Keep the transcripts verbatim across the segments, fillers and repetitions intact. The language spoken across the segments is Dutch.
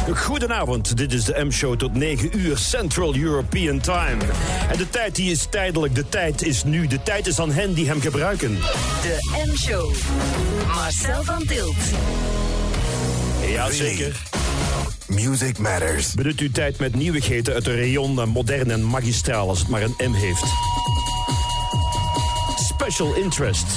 Goedenavond, dit is de M-show tot negen uur Central European Time. En de tijd die is tijdelijk, de tijd is nu. De tijd is aan hen die hem gebruiken. De M-show. Marcel van Tilt. Jazeker. Music Matters. Benut uw tijd met nieuwigheden uit de rayon modern en magistraal als het maar een M heeft. Special Interest.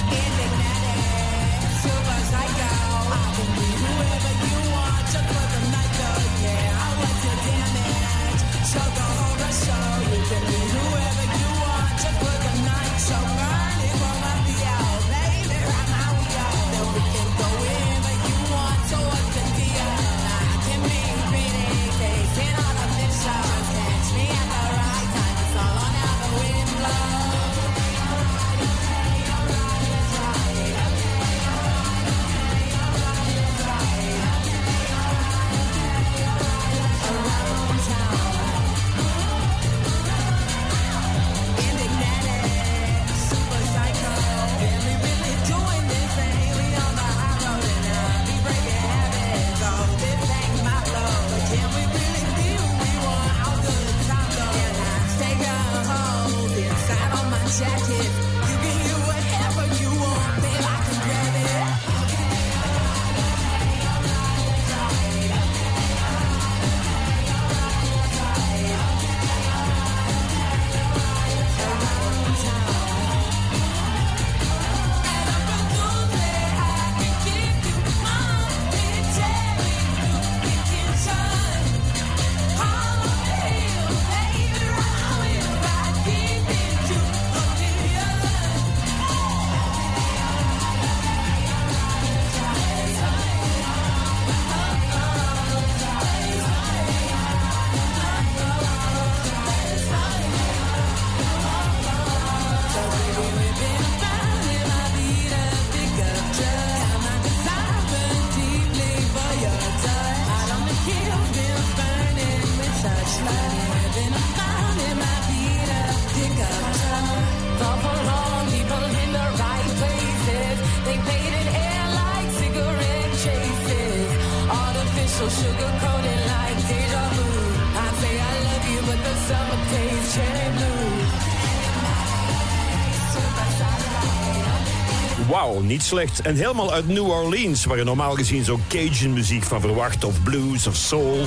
Wauw, niet slecht. En helemaal uit New Orleans, waar je normaal gezien zo Cajun muziek van verwacht, of blues of soul.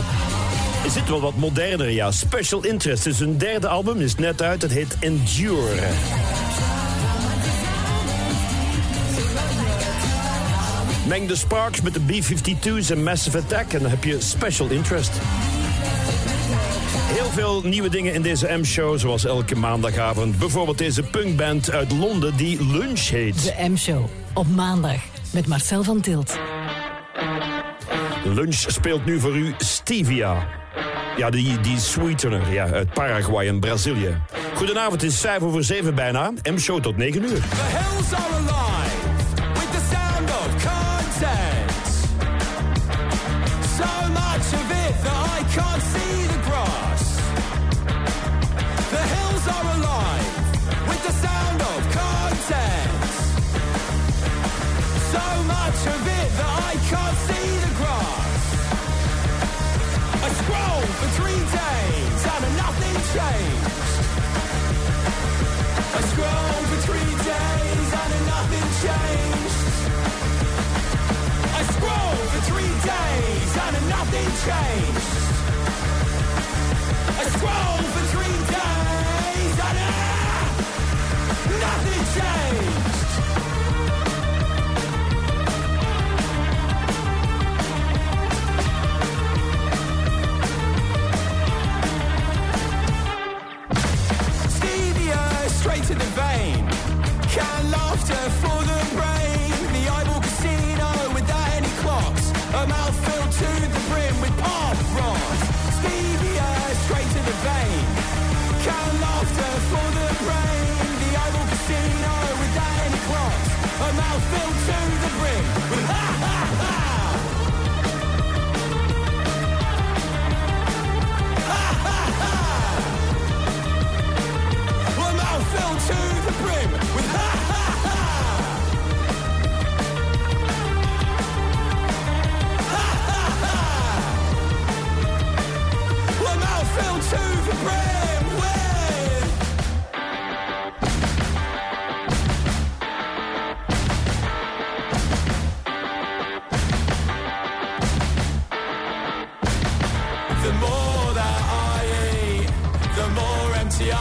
Is dit wel wat moderner, ja. Special Interest is hun derde album, is net uit, het heet Endure. Meng de Sparks met de B vijfentwintig's en Massive Attack en dan heb je Special Interest. Heel veel nieuwe dingen in deze M-show, zoals elke maandagavond. Bijvoorbeeld deze punkband uit Londen die Lunch heet. De M-show op maandag met Marcel van Tilt. Lunch speelt nu voor u Stevia. Ja, die, die sweetener ja, uit Paraguay en Brazilië. Goedenavond, het is vijf over zeven bijna. M-show tot negen uur. The hills are alive with the sound of content. So much of it that I can't see the grass. The hills are alive with the sound of content. So much of it that I can't see the grass. I scroll for three days and nothing changed. I scroll for three days and nothing changed. I scroll for three days and nothing changed. I scroll for three days and uh, nothing changed. Straight to the vein, canned laughter for the brain. The eyeball casino without any clocks, a mouth filled to the brim with pop rocks. Stevia, straight to the vein, canned laughter for the brain. The eyeball casino without any clocks, a mouth filled to the brim with ha ha ha. Filled to the brim with ha ha ha. Ha ha ha.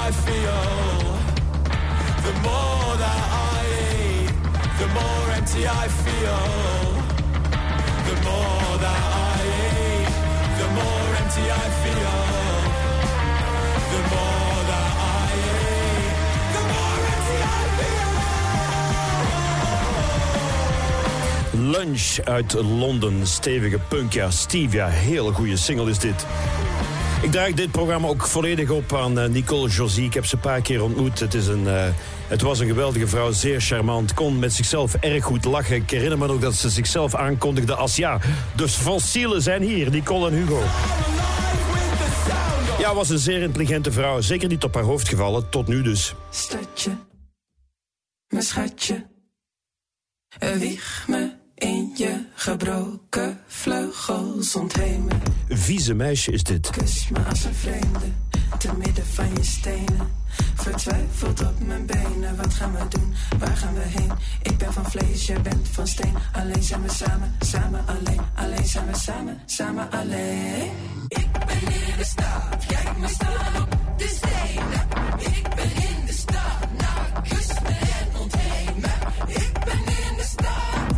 I feel. The more that I eat, the more empty I feel. The more that I eat, the more empty I feel. The more that I eat, the more empty I feel. Lunch uit Londen, stevige punk, ja, Steve, ja, heel goede single is dit. Ik draag dit programma ook volledig op aan uh, Nicole Josie. Ik heb ze een paar keer ontmoet. Het, is een, uh, het was een geweldige vrouw, zeer charmant. Kon met zichzelf erg goed lachen. Ik herinner me ook dat ze zichzelf aankondigde als ja, de fossielen zijn hier, Nicole en Hugo. Ja, was een zeer intelligente vrouw. Zeker niet op haar hoofd gevallen, tot nu dus. Stadje, mijn schatje, wieg me in je gebroken vleugels, ontheem me. Vieze meisje is dit. Kus me als een vreemde, te midden van je stenen. Vertwijfeld op mijn benen, wat gaan we doen, waar gaan we heen? Ik ben van vlees, jij bent van steen. Alleen zijn we samen, samen alleen. Alleen zijn we samen, samen alleen. Ik ben in de stad, kijk me staan op de stenen. Ik ben in de stad, nou kus me en ontheem me. Ik ben in de stad.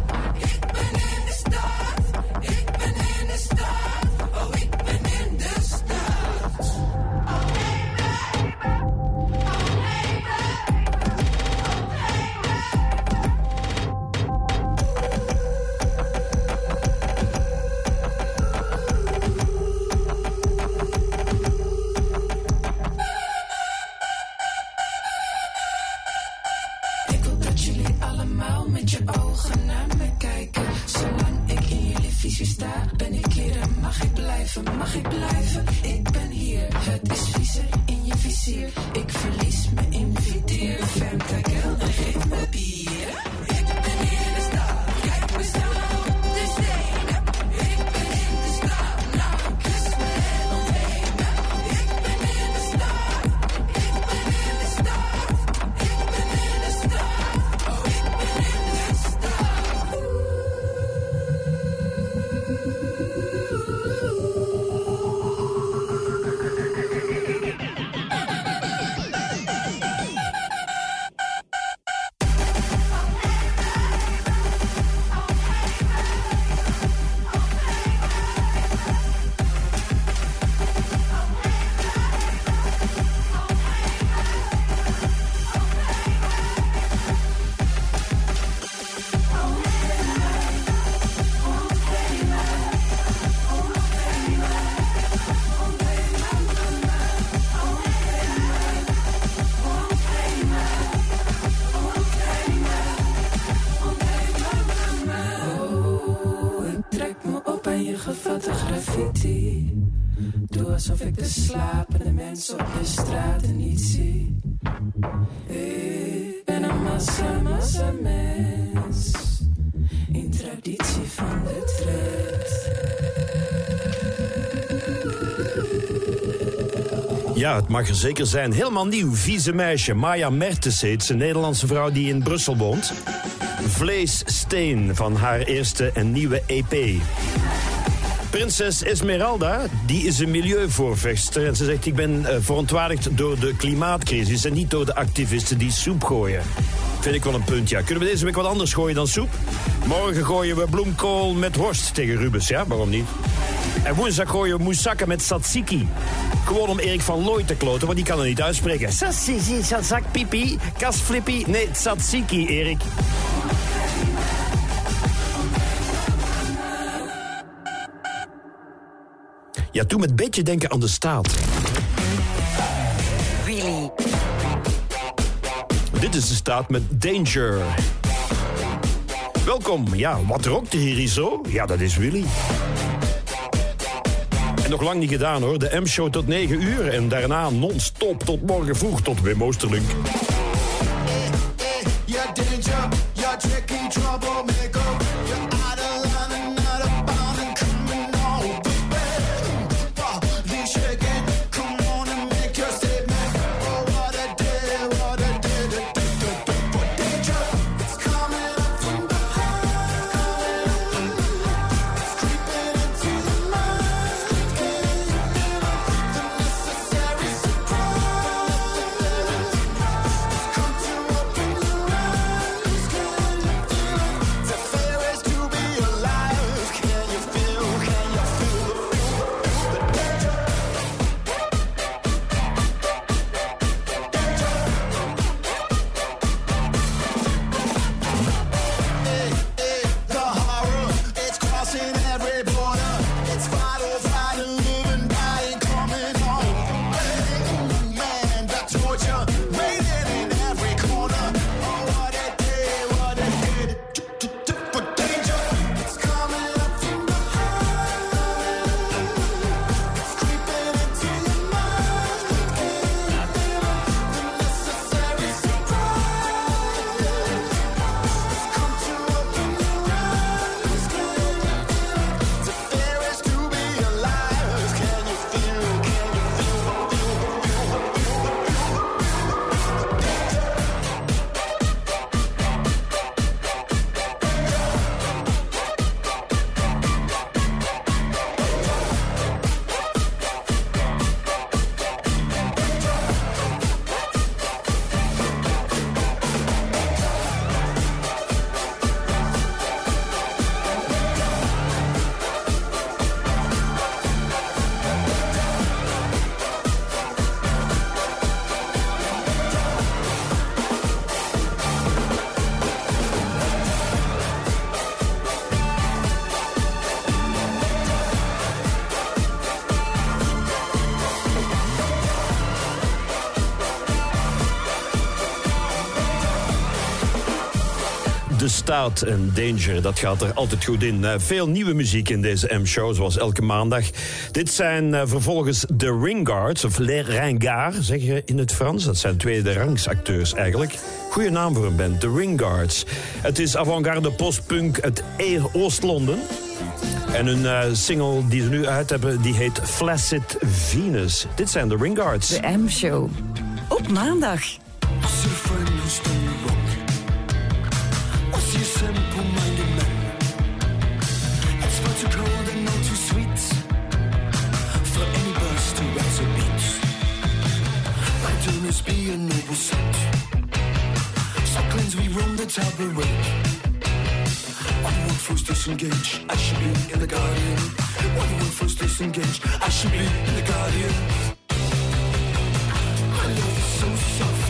Ben ik hier en mag ik blijven, mag ik blijven? Ik ben hier, het is viezer in je vizier. Ik verlies me, inviteer. Femtakel en geef me bier. Ik ben in de stad, kijk me staan op de stenen. Ik ben in de stad, nou kus me en ontheem me. Ik ben in de stad, ik ben in de stad. Ik ben in de stad, oh ik ben in de stad. Doe alsof ik de slapende mensen op de straten niet zie. Ik ben een massa, massa mens. In traditie van de trend. Ja, het mag er zeker zijn. Helemaal nieuw, vieze meisje. Maya Mertens heet ze, een Nederlandse vrouw die in Brussel woont. Vleessteen van haar eerste en nieuwe E P. Prinses Esmeralda, die is een milieuvoorvechter. En ze zegt, ik ben uh, verontwaardigd door de klimaatcrisis en niet door de activisten die soep gooien. Vind ik wel een punt, ja. Kunnen we deze week wat anders gooien dan soep? Morgen gooien we bloemkool met worst tegen Rubens, ja? Waarom niet? En woensdag gooien we moussaka met tzatziki. Gewoon om Erik van Looy te kloten, want die kan er niet uitspreken. Tzatziki, tzatzak, pipi, kasflippy. Nee, tzatziki, Erik. Ja, toen met een beetje denken aan de staat. Really? Dit is de staat met Danger. Welkom. Ja, wat rookt er hier zo? Ja, dat is Willy. En nog lang niet gedaan hoor. De M-show tot negen uur en daarna non-stop tot morgen vroeg tot Wim Oosterlink. Ja, Danger, ja, tricky troublemaker. De Staat en Danger, dat gaat er altijd goed in. Uh, veel nieuwe muziek in deze M-show, zoals elke maandag. Dit zijn uh, vervolgens de Ringards, of Les Ringards, zeg je in het Frans. Dat zijn tweede rangs acteurs eigenlijk. Goeie naam voor een band, de Ringards. Het is avant-garde postpunk uit Oost-Londen. En hun uh, single die ze nu uit hebben, die heet Flaccid Venus. Dit zijn de Ringards. De M-show. Op maandag. What's your friend who's done you wrong? What's your simple-minded man? It's far too cold and not too sweet for any birds to rise or beat. Why don't this be a noble saint? So cleanse we roam the tower range. Why won't first disengage? I should be in the Guardian. Why won't first disengage? I should be in the Guardian. My love is so soft.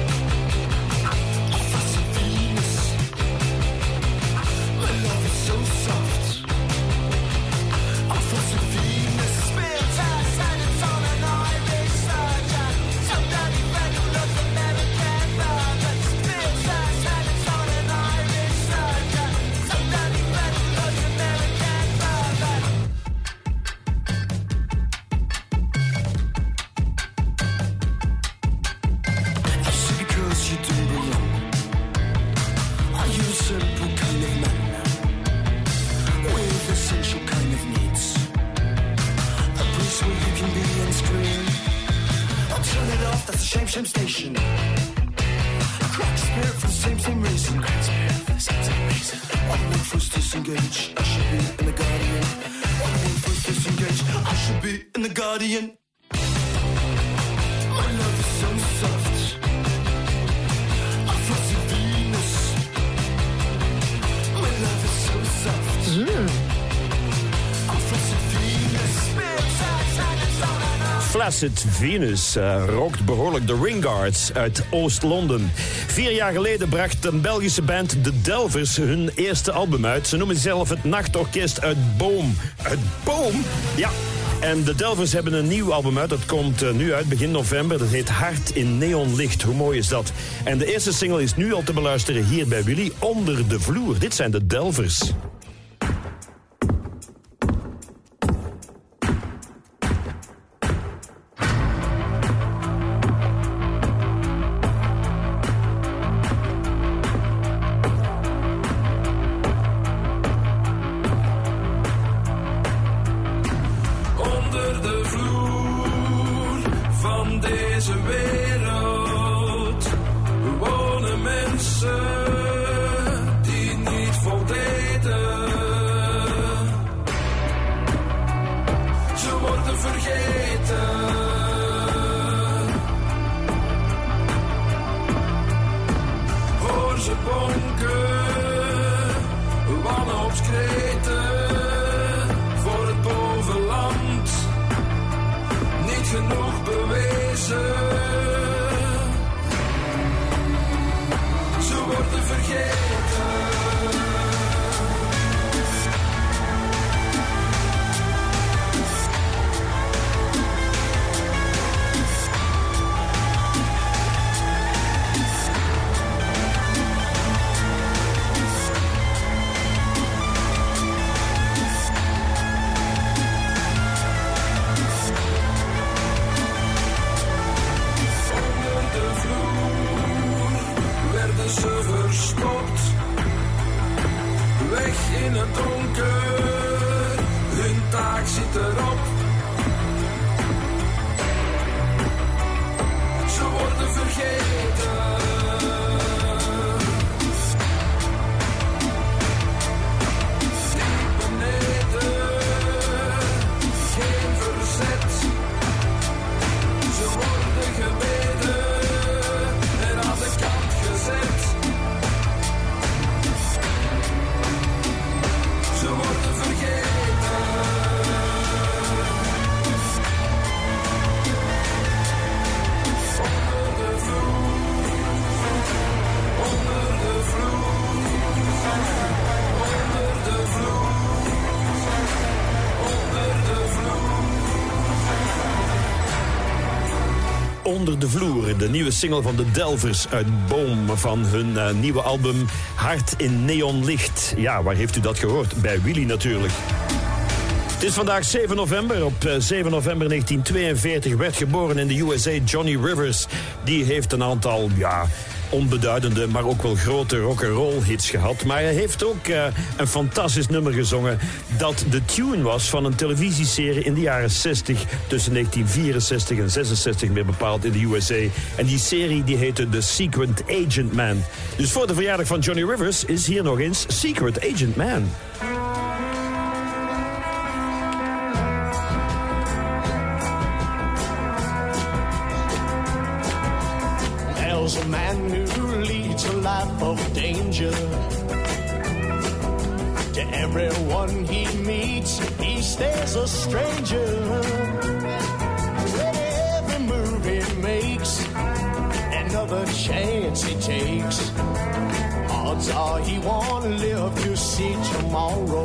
Shame station. A crack spirit for the same, same reason. Crack spirit for the same, same reason. Why won't first disengage? I should be in the Guardian. Why won't first disengage? I should be in the Guardian. My love is so soft. I fluffy Venus. My love is so soft. Mm. I fluffy Venus. Spirit side, side, and side. Flaccid Venus uh, rockt behoorlijk de Ringards uit Oost-Londen. Vier jaar geleden bracht een Belgische band The Delvers hun eerste album uit. Ze noemen zichzelf het Nachtorkest uit Boom. Uit Boom? Ja. En de Delvers hebben een nieuw album uit. Dat komt uh, nu uit, begin november. Dat heet Hart in Neonlicht. Hoe mooi is dat? En de eerste single is nu al te beluisteren hier bij Willy. Onder de vloer. Dit zijn de Delvers. Onder de vloer. Onder de Vloer. De nieuwe single van de Delvers uit Boom van hun uh, nieuwe album Hart in Neonlicht. Ja, waar heeft u dat gehoord? Bij Willy natuurlijk. Het is vandaag zeven november. Op zeven november negentien tweeënveertig werd geboren in de U S A Johnny Rivers. Die heeft een aantal, ja, onbeduidende, maar ook wel grote rock'n'roll hits gehad. Maar hij heeft ook uh, een fantastisch nummer gezongen dat de tune was van een televisieserie in de jaren zestig, tussen negentien vierenzestig en zesenzestig meer bepaald in de U S A. En die serie die heette The Secret Agent Man. Dus voor de verjaardag van Johnny Rivers is hier nog eens Secret Agent Man. There's a man who leads a life of danger. To everyone he meets, he stays a stranger. Every move he makes, another chance he takes. Odds are he won't live to see tomorrow.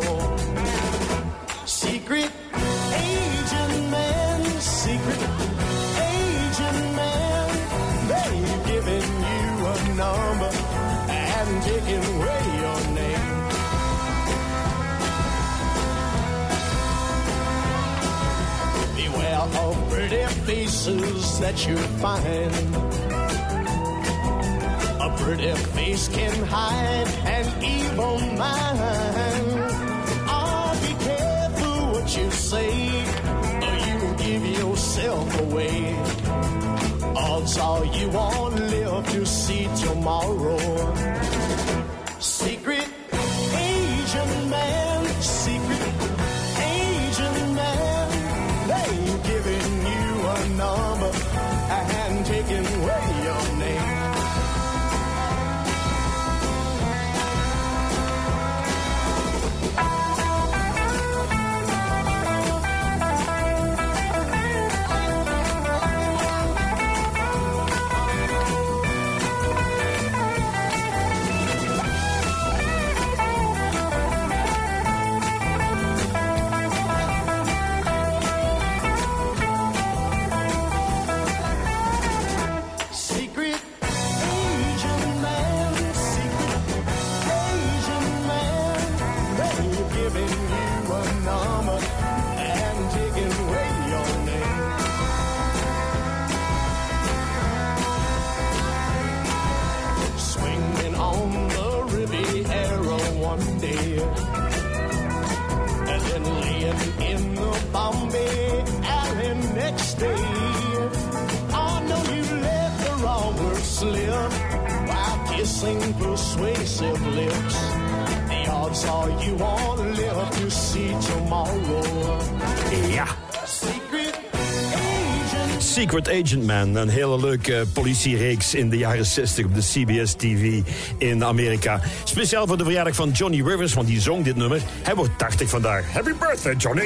Secret agent man, secret agent man. They've given you a number and taken away your name. Beware of pretty faces that you find. A pretty face can hide an evil mind. Oh, be careful what you say, or you give yourself away. Odds are you won't live to see tomorrow. Secret agent man, secret agent man. They've given you a number and taken away your name. Persuasive lips. The odds are you won't live to see tomorrow. Ja. Secret Agent. Secret Agent Man, een hele leuke politiereeks in de jaren zestig op de C B S T V in Amerika. Speciaal voor de verjaardag van Johnny Rivers, want die zong dit nummer. Hij wordt tachtig vandaag. Happy birthday, Johnny!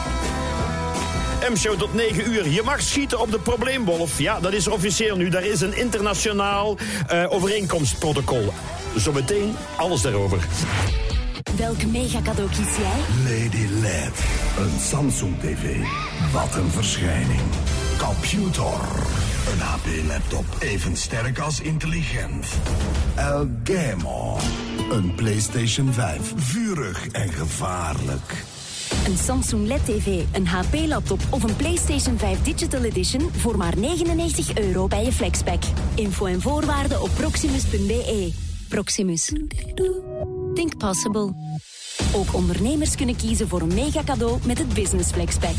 M-show tot negen uur. Je mag schieten op de probleemwolf. Ja, dat is officieel nu. Daar is een internationaal uh, overeenkomstprotocol. Zometeen alles daarover. Welk megacadeau kies jij? Lady L E D. Een Samsung T V. Wat een verschijning. Computer. Een H P-laptop even sterk als intelligent. El Gamo. Een PlayStation vijf. Vurig en gevaarlijk. Een Samsung L E D-T V, een H P-laptop of een PlayStation vijf Digital Edition voor maar negenennegentig euro bij je Flexpack. Info en voorwaarden op proximus punt b e. Proximus. Think possible. Ook ondernemers kunnen kiezen voor een mega cadeau met het Business Flexpack.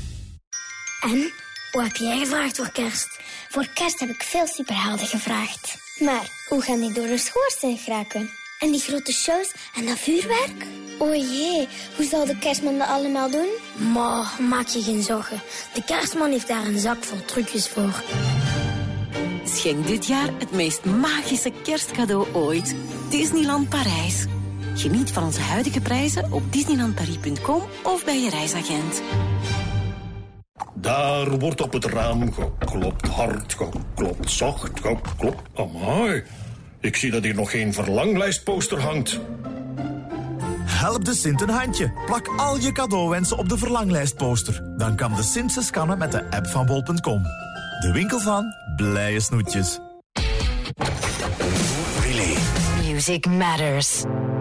En, hoe heb jij gevraagd voor kerst? Voor kerst heb ik veel superhelden gevraagd. Maar, hoe gaan die door de schoorsteen geraken? En die grote shows en dat vuurwerk? O jee, hoe zal de kerstman dat allemaal doen? Maar, maak je geen zorgen. De kerstman heeft daar een zak vol trucjes voor. Schenk dit jaar het meest magische kerstcadeau ooit. Disneyland Parijs. Geniet van onze huidige prijzen op disneyland paris punt com of bij je reisagent. Daar wordt op het raam geklopt, hard geklopt, zacht geklopt. Amai, ik zie dat hier nog geen verlanglijstposter hangt. Help de Sint een handje. Plak al je cadeauwensen op de verlanglijstposter. Dan kan de Sint ze scannen met de app van bol punt com. De winkel van blije snoetjes. Really? Music matters.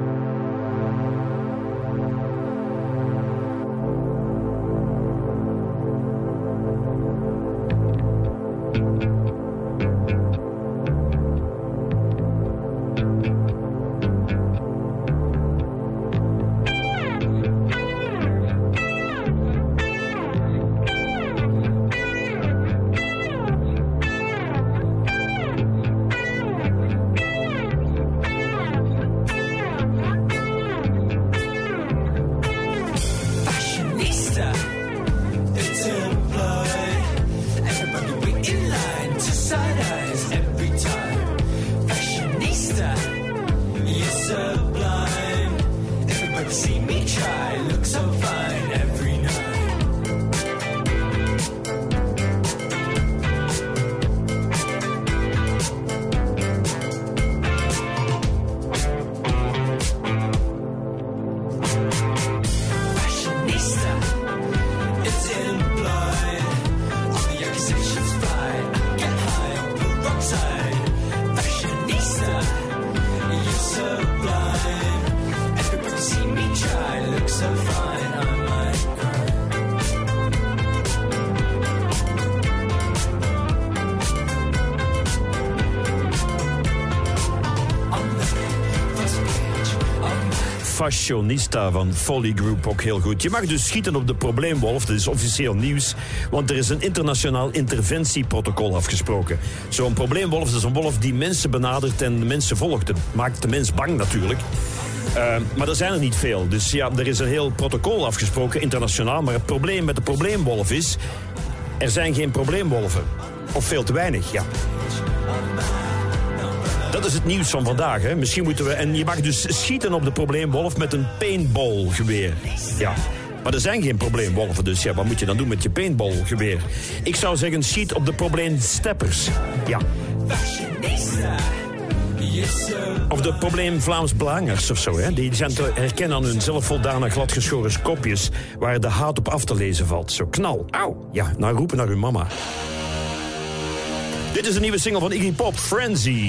Fashionista van Folly Group, ook heel goed. Je mag dus schieten op de probleemwolf, dat is officieel nieuws, want er is een internationaal interventieprotocol afgesproken. Zo'n probleemwolf is een wolf die mensen benadert en de mensen volgt. Dat maakt de mens bang natuurlijk. Uh, maar er zijn er niet veel, dus ja, er is een heel protocol afgesproken, internationaal. Maar het probleem met de probleemwolf is, er zijn geen probleemwolven. Of veel te weinig, ja. Dat is het nieuws van vandaag, hè. Misschien moeten we... En je mag dus schieten op de probleemwolf met een paintballgeweer. Ja. Maar er zijn geen probleemwolven, dus ja, wat moet je dan doen met je paintballgeweer? Ik zou zeggen, schiet op de probleemsteppers. Ja. Of de probleem Vlaams Belangers of zo, hè. Die zijn te herkennen aan hun zelfvoldane gladgeschoren kopjes waar de haat op af te lezen valt. Zo knal. Auw. Ja, nou roepen naar hun mama. Dit is een nieuwe single van Iggy Pop, Frenzy.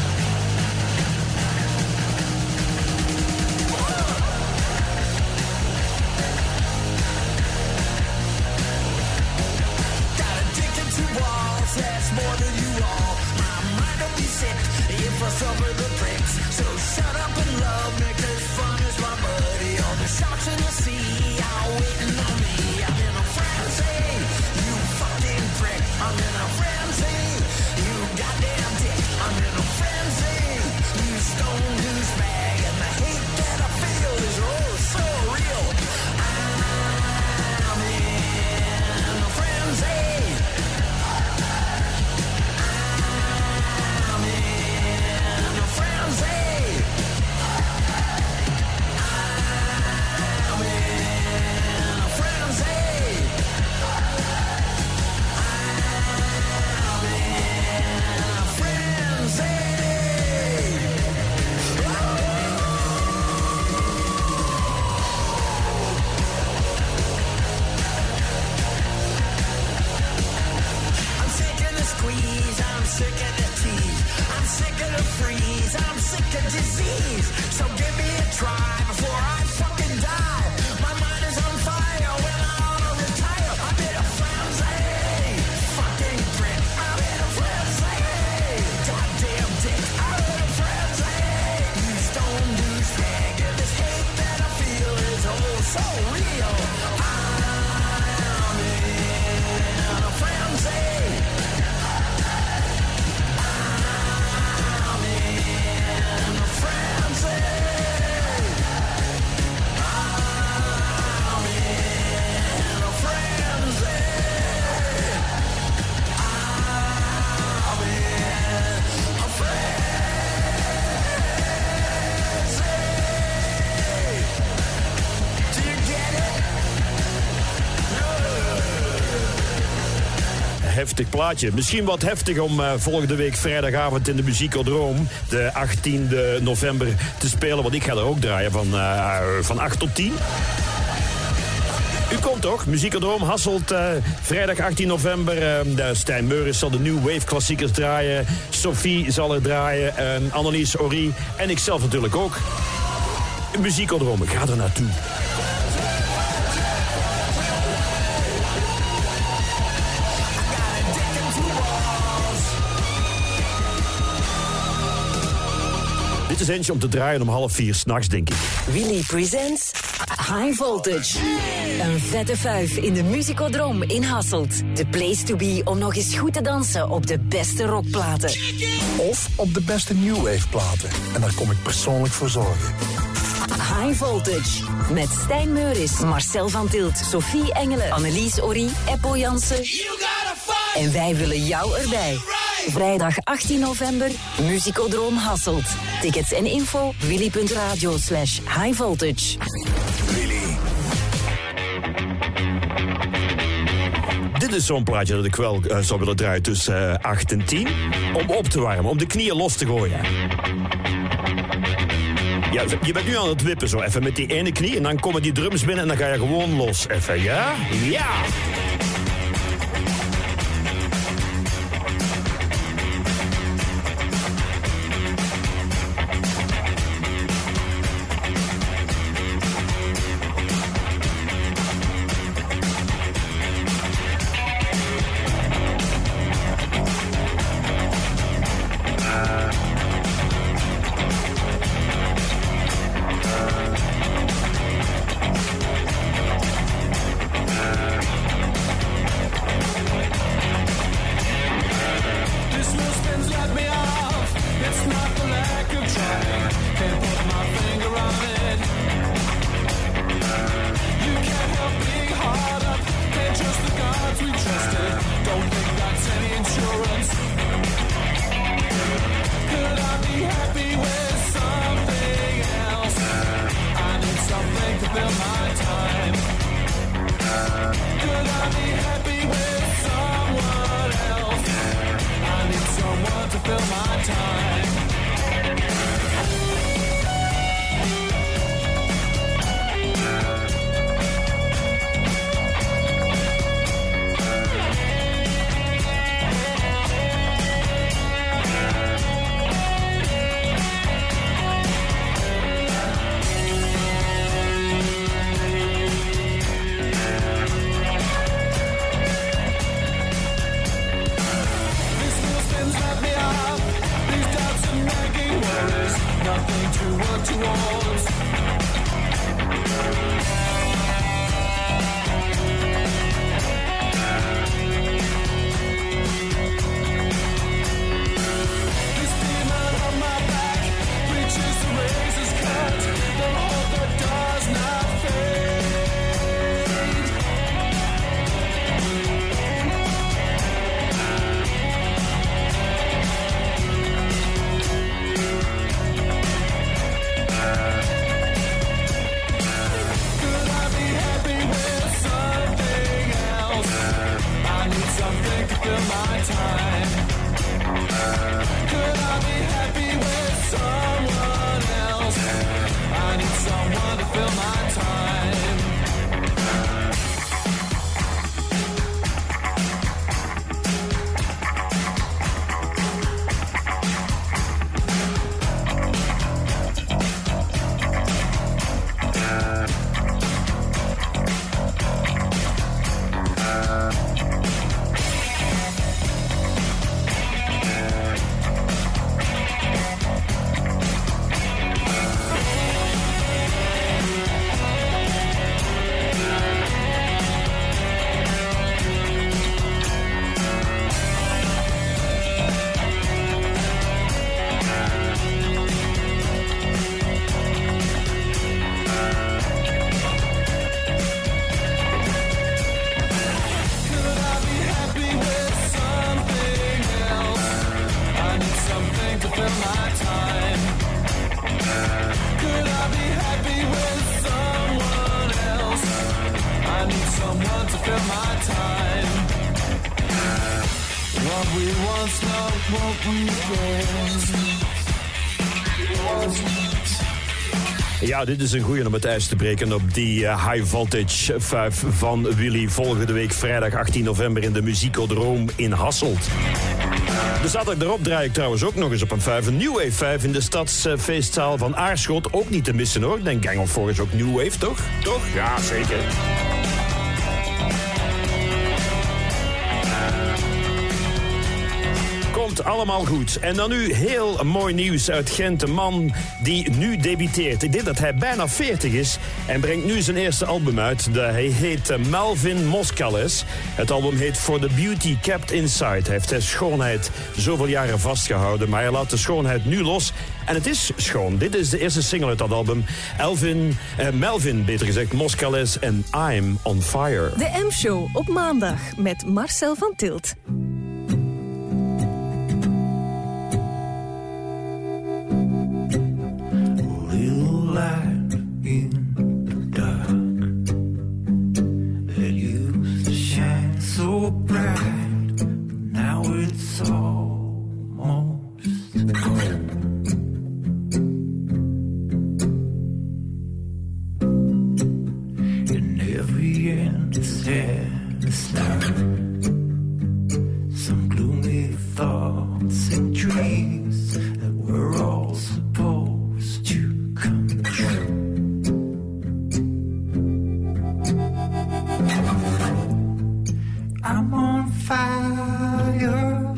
Heftig plaatje. Misschien wat heftig om uh, volgende week vrijdagavond in de Muziekdroom, de achttiende november, te spelen. Want ik ga er ook draaien van, uh, van acht tot tien. U komt toch? Muziekerdroom Hasselt, uh, vrijdag achttien november. Uh, de Stijn Meuris zal de New Wave klassiekers draaien. Sophie zal er draaien. En Annelies, Ori en ikzelf natuurlijk ook. Muziekerdroom, ga er naartoe. Dit is eentje om te draaien om half vier 's nachts, denk ik. Willy presents High Voltage. Een vette fuif in de Musicodroom in Hasselt. The place to be om nog eens goed te dansen op de beste rockplaten. Of op de beste New Wave platen. En daar kom ik persoonlijk voor zorgen. High Voltage. Met Stijn Meuris, Marcel van Tilt, Sophie Engelen, Annelies Ori, Eppo Jansen. En wij willen jou erbij. Vrijdag achttien november, Musicodroom Hasselt. Tickets en info, willy.radio slash high voltage. Willy. Dit is zo'n plaatje dat ik wel uh, zou willen draaien tussen uh, acht en tien. Om op te warmen, om de knieën los te gooien. Ja, je bent nu aan het wippen zo even met die ene knie. En dan komen die drums binnen en dan ga je gewoon los even, ja? Ja! Ja, dit is een goeie om het ijs te breken op die uh, High Voltage vijf van Willy. Volgende week vrijdag achttien november in de Musicodroom in Hasselt. De zaterdag erop draai ik trouwens ook nog eens op een vijf. Een New Wave vijf in de stadsfeestzaal van Aarschot. Ook niet te missen hoor. Ik denk Gang of Four is ook New Wave, toch? Toch? Ja, zeker. Komt allemaal goed. En dan nu heel mooi nieuws uit Gent. Een man die nu debuteert. Ik denk dat hij bijna veertig is en brengt nu zijn eerste album uit. De, hij heet Melvin Moskales. Het album heet For the Beauty Kept Inside. Hij heeft zijn schoonheid zoveel jaren vastgehouden, maar hij laat de schoonheid nu los. En het is schoon. Dit is de eerste single uit dat album. Elvin, eh, Melvin, beter gezegd, Moskales en I'm on Fire. De M-show op maandag met Marcel van Tilt. Light in the dark that used to shine so bright, now it's almost gone. And every end is had a start. Some gloomy thoughts and dreams that were all supposed to come true. I'm on fire.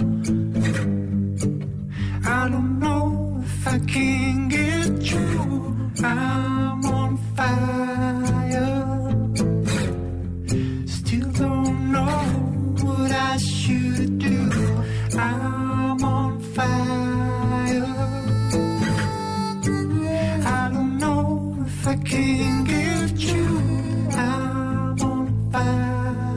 I don't know if I can get through. I'm on fire. Still don't know what I should do. I'm on fire. I don't know if I can get you. I'm on fire.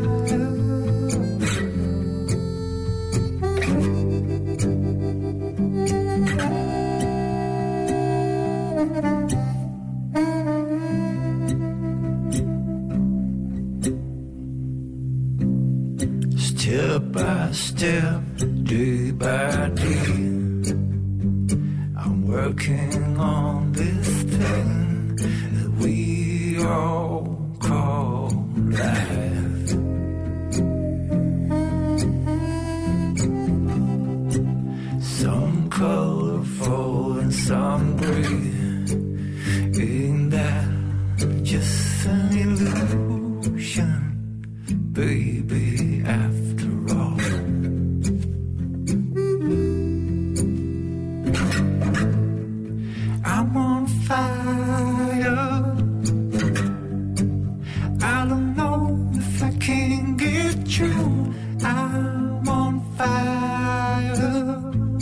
Step by step, day by day, I'm working on this thing that we all call life. Some colorful and some gray. Ain't that just an illusion, baby, after all? I'm on fire. I don't know if I can get you. I'm on fire.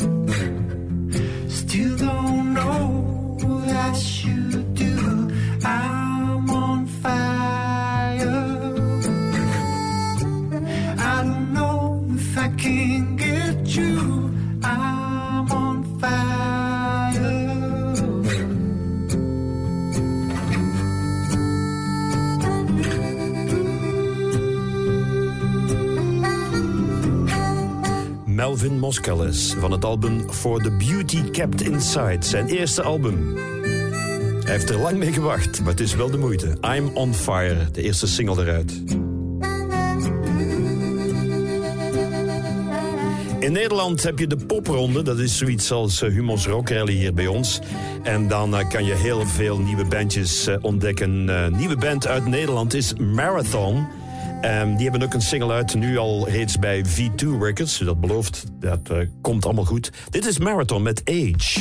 Still don't know what I should do. I'm on fire. I don't know if I can get you. I'm on fire. Melvin Moskales van het album For the Beauty Kept Inside. Zijn eerste album. Hij heeft er lang mee gewacht, maar het is wel de moeite. I'm on Fire, de eerste single eruit. In Nederland heb je de popronde. Dat is zoiets als uh, Humo's Rock Rally hier bij ons. En dan uh, kan je heel veel nieuwe bandjes uh, ontdekken. Een uh, nieuwe band uit Nederland is Marathon. Um, die hebben ook een single uit, nu al reeds bij V twee Records. Dat belooft, dat uh, komt allemaal goed. Dit is Marathon met Age.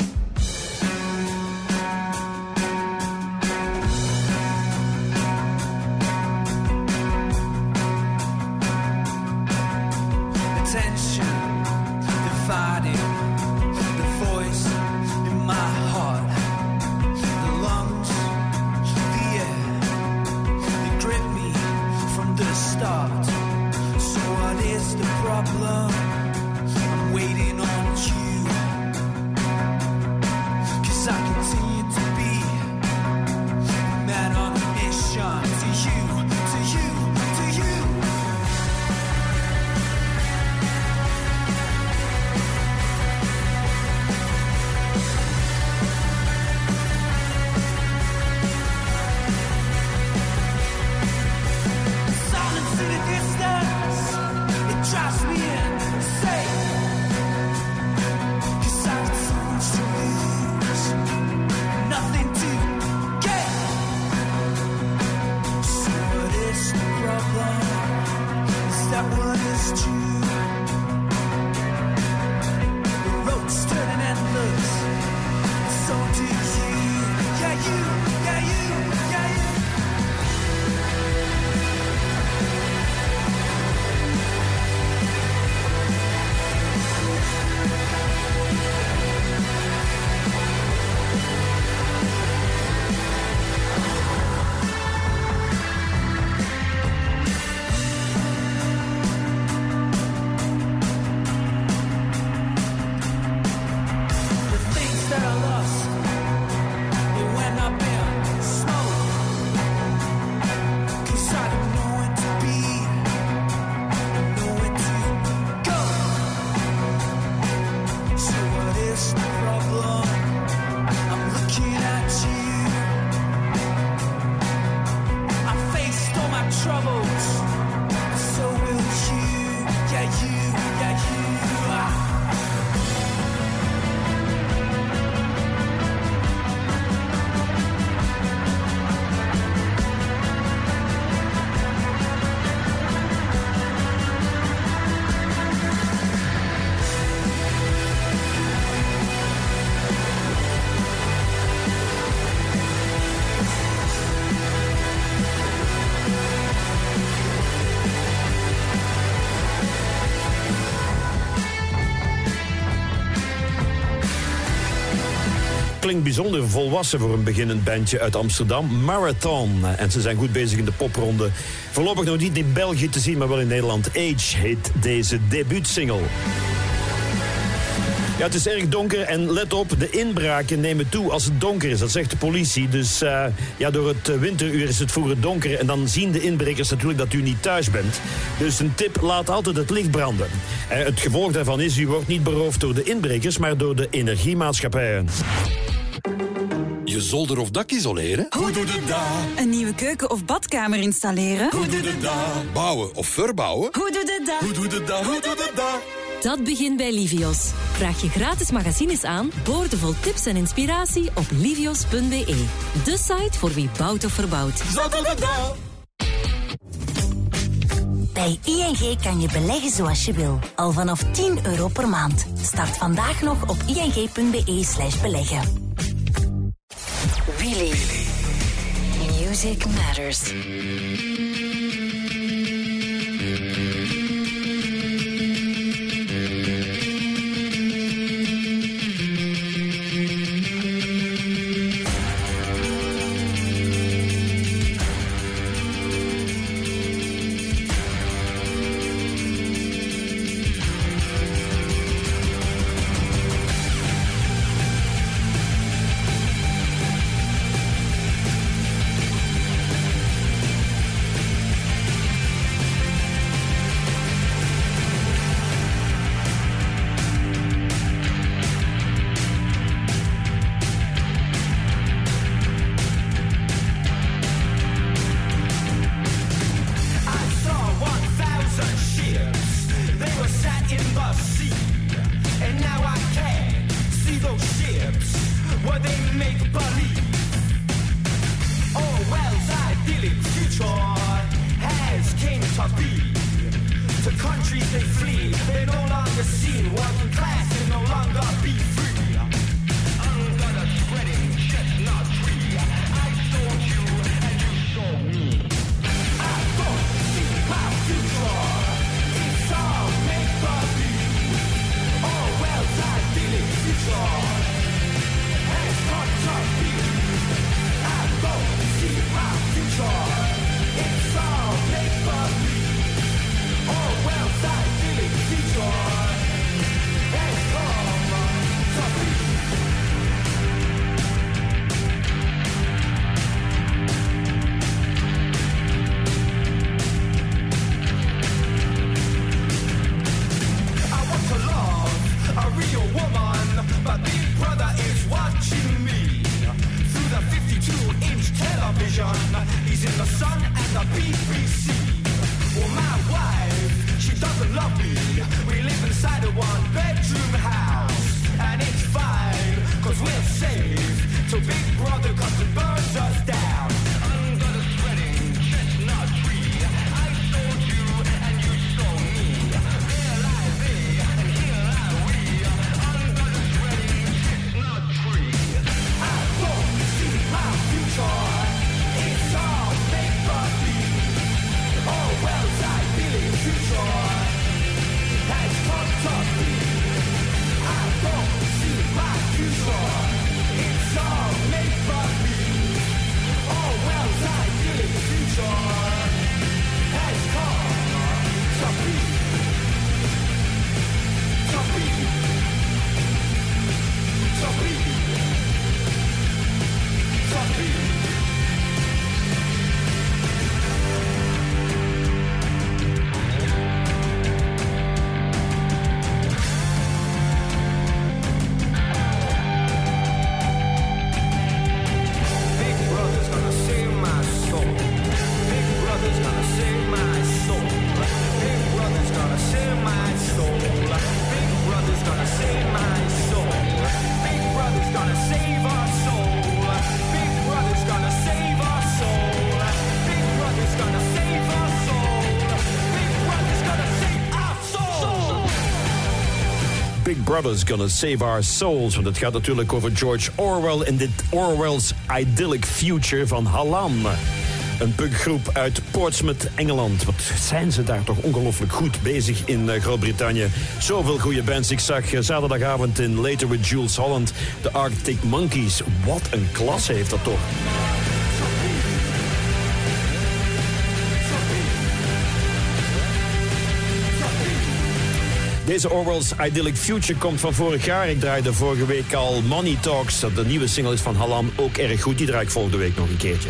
troubles. So will you, yeah you, yeah you. Ah. Klinkt bijzonder volwassen voor een beginnend bandje uit Amsterdam, Marathon. En ze zijn goed bezig in de popronde. Voorlopig nog niet in België te zien, maar wel in Nederland. Age heet deze debuutsingle. Ja, het is erg donker en let op, de inbraken nemen toe als het donker is. Dat zegt de politie. Dus uh, ja, door het winteruur is het vroeger donker en dan zien de inbrekers natuurlijk dat u niet thuis bent. Dus een tip, laat altijd het licht branden. Uh, het gevolg daarvan is, u wordt niet beroofd door de inbrekers, maar door de energiemaatschappijen. Je zolder of dak isoleren? Hoe doe je dat? Een nieuwe keuken of badkamer installeren? Hoe doe je dat? Bouwen of verbouwen? Hoe doe je dat? Hoe doe je dat? Hoe doe je dat? Dat begint bij Livios. Vraag je gratis magazines aan, boordevol tips en inspiratie op livios punt be. De site voor wie bouwt of verbouwt. Zo doe je dat! Bij I N G kan je beleggen zoals je wil. Al vanaf tien euro per maand. Start vandaag nog op ing punt be slash beleggen. Really, music matters. It's Big Brother's Gonna Save Our Souls. Want het gaat natuurlijk over George Orwell in dit Orwell's Idyllic Future van Hallam. Een punkgroep uit Portsmouth, Engeland. Wat zijn ze daar toch ongelooflijk goed bezig in uh, Groot-Brittannië. Zoveel goede bands. Ik zag uh, zaterdagavond in Later with Jules Holland de Arctic Monkeys. Wat een klasse heeft dat toch. Deze Orwell's Idyllic Future komt van vorig jaar. Ik draaide vorige week al Money Talks. Dat de nieuwe single is van Hallam. Ook erg goed. Die draai ik volgende week nog een keertje.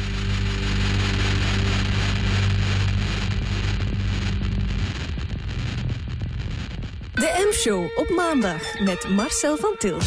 De M-show op maandag met Marcel van Tilt.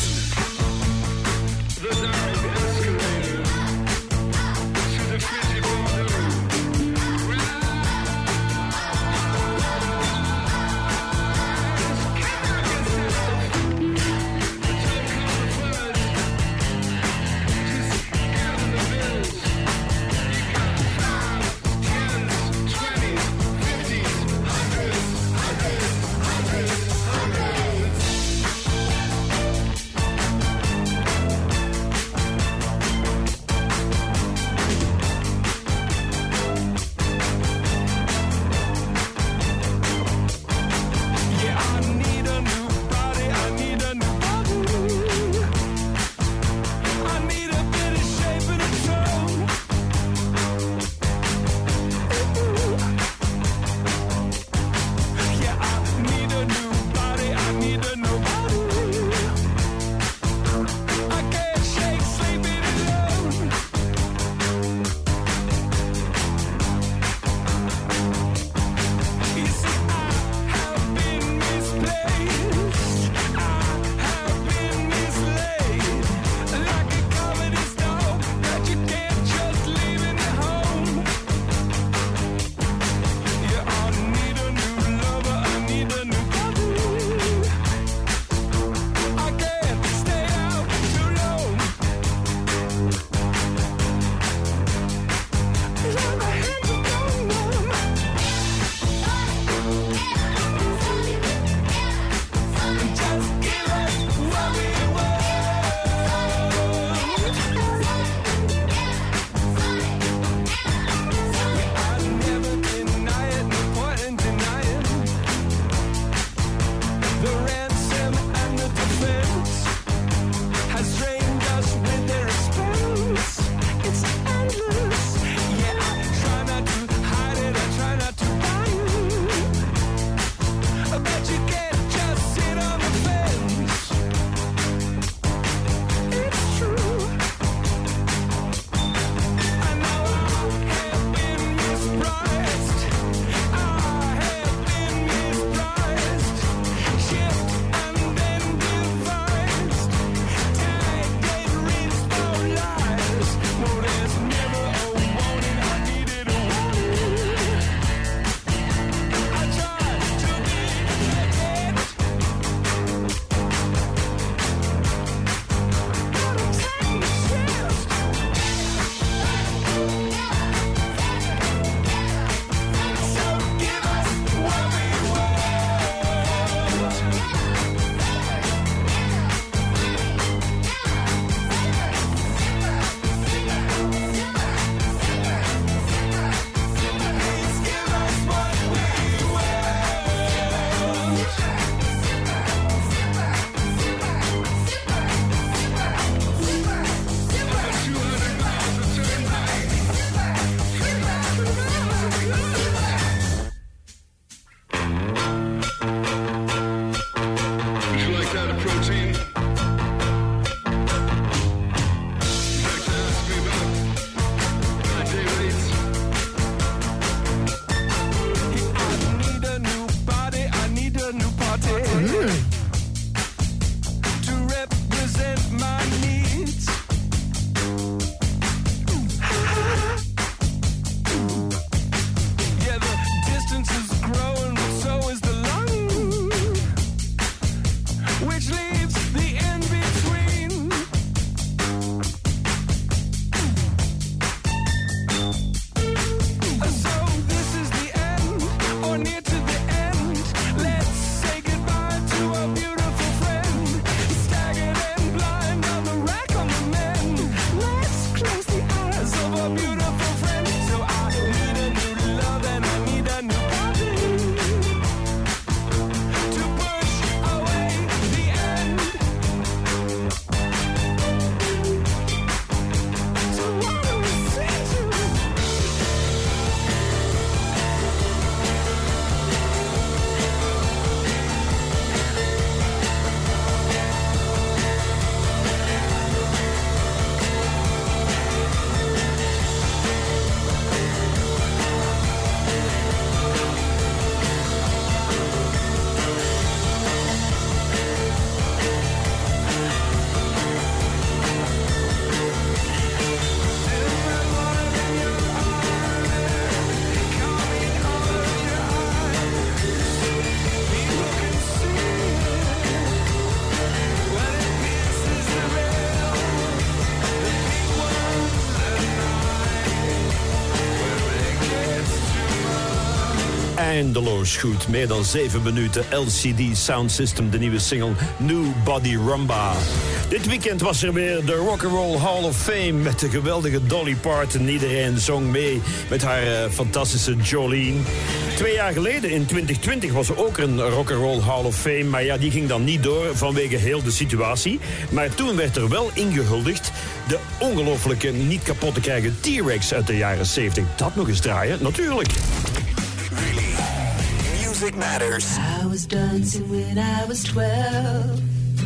eindeloos goed. Meer dan zeven minuten L C D Sound System, de nieuwe single New Body Rumba. Dit weekend was er weer de Rock'n'Roll Hall of Fame met de geweldige Dolly Parton. Iedereen zong mee met haar uh, fantastische Jolene. Twee jaar geleden, in twintig twintig, was er ook een Rock'n'Roll Hall of Fame. Maar ja, die ging dan niet door vanwege heel de situatie. Maar toen werd er wel ingehuldigd de ongelooflijke, niet kapot te krijgen T-Rex uit de jaren zeventig. Dat nog eens draaien, natuurlijk. Really? Music matters. I was dancing when I was twelve.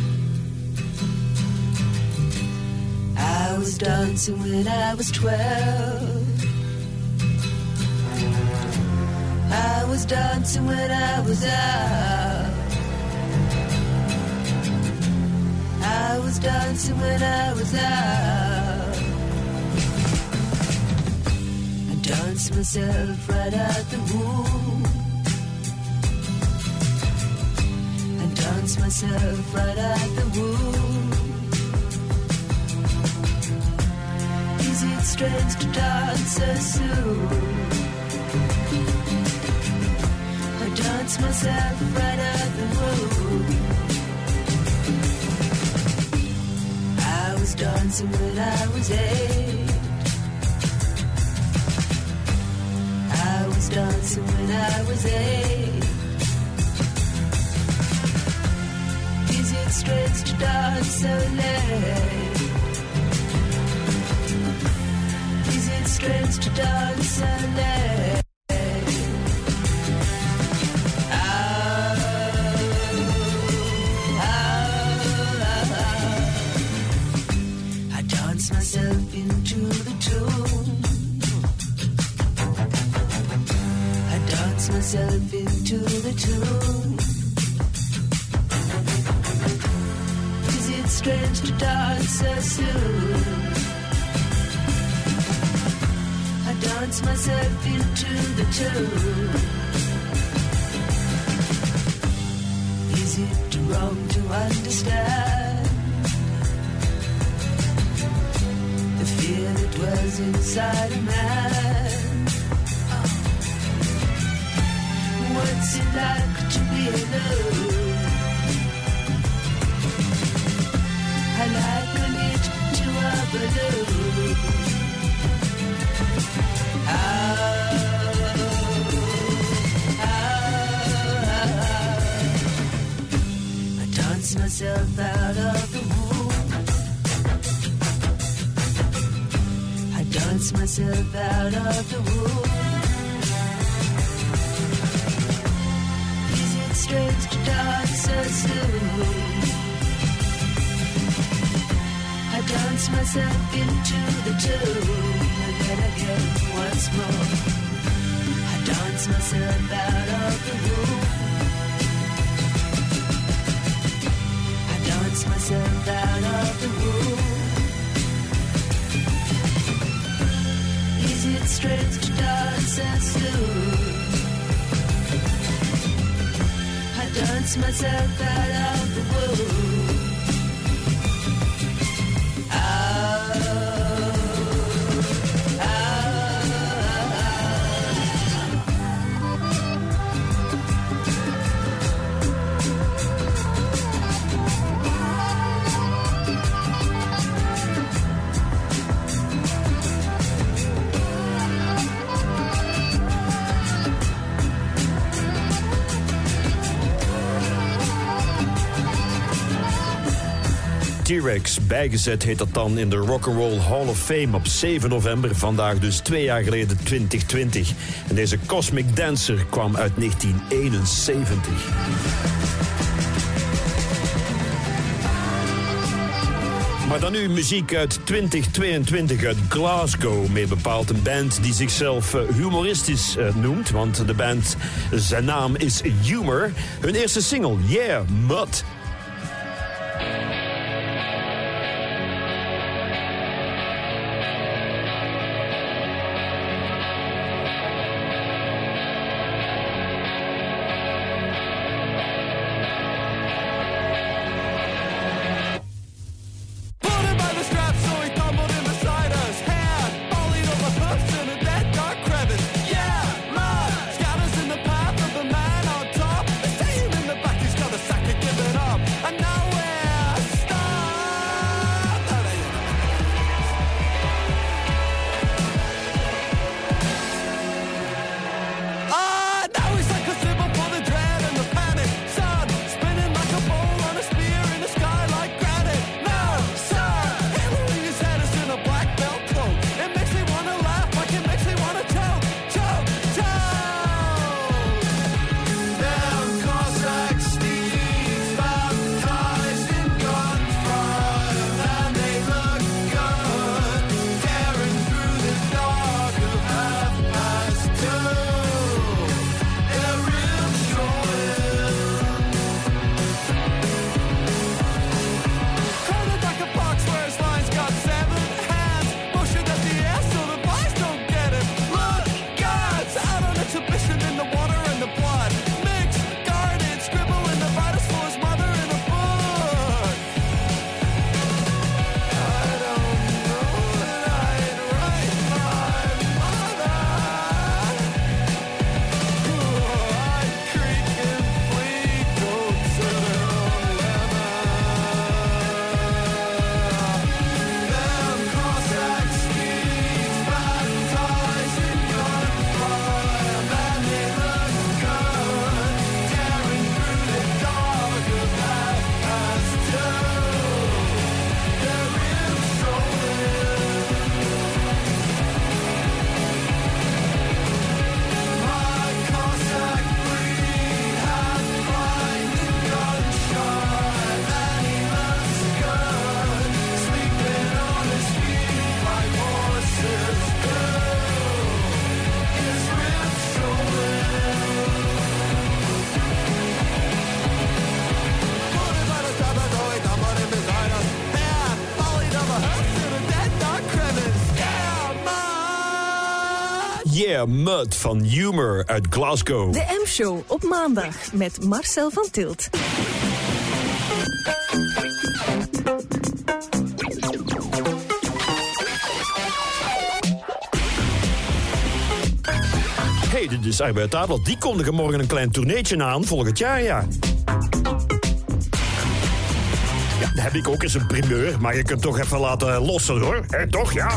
I was dancing when I was twelve. I was dancing when I was out. I was dancing when I was out. I danced myself right out the womb. I danced myself right out the womb. Is it strange to dance so soon? I dance myself right out the womb. I was dancing when I was eight. I was dancing when I was eight. Is it strange to dance so late? Is it strange to dance so late? Myself into the tune. I dance myself into the tune. Is it strange to dance so soon? I dance myself into the tune. Is it wrong to understand the fear that was inside a man? What's it like to be alone? I liken it to a balloon. Ah, ah, ah. I dance myself out of the womb. I dance myself out of the womb. Is it strange to dance so soon? I dance myself into the tune. And then again once more. I dance myself out of the womb. I dance myself out of the womb. Is it strange to dance so soon? I dance myself out of the womb. T-Rex, bijgezet heet dat dan in de Rock'n'Roll Hall of Fame op zeven november, vandaag dus twee jaar geleden twintig twintig. En deze Cosmic Dancer kwam uit negentien eenenzeventig. Maar dan nu muziek uit twintig tweeëntwintig uit Glasgow. Meer bepaald een band die zichzelf humoristisch noemt. Want de band, zijn naam is Humor. Hun eerste single, Yeah, Mud. Path Yeah, Mud van Humor uit Glasgow. De M-show op maandag met Marcel van Tilt. Hey, dit is Arbeid Tafel. Die kondigen morgen een klein tourneetje aan, volgend jaar, ja. Ja, dan heb ik ook eens een primeur, maar je kunt toch even laten lossen, hoor. Hé, toch, ja?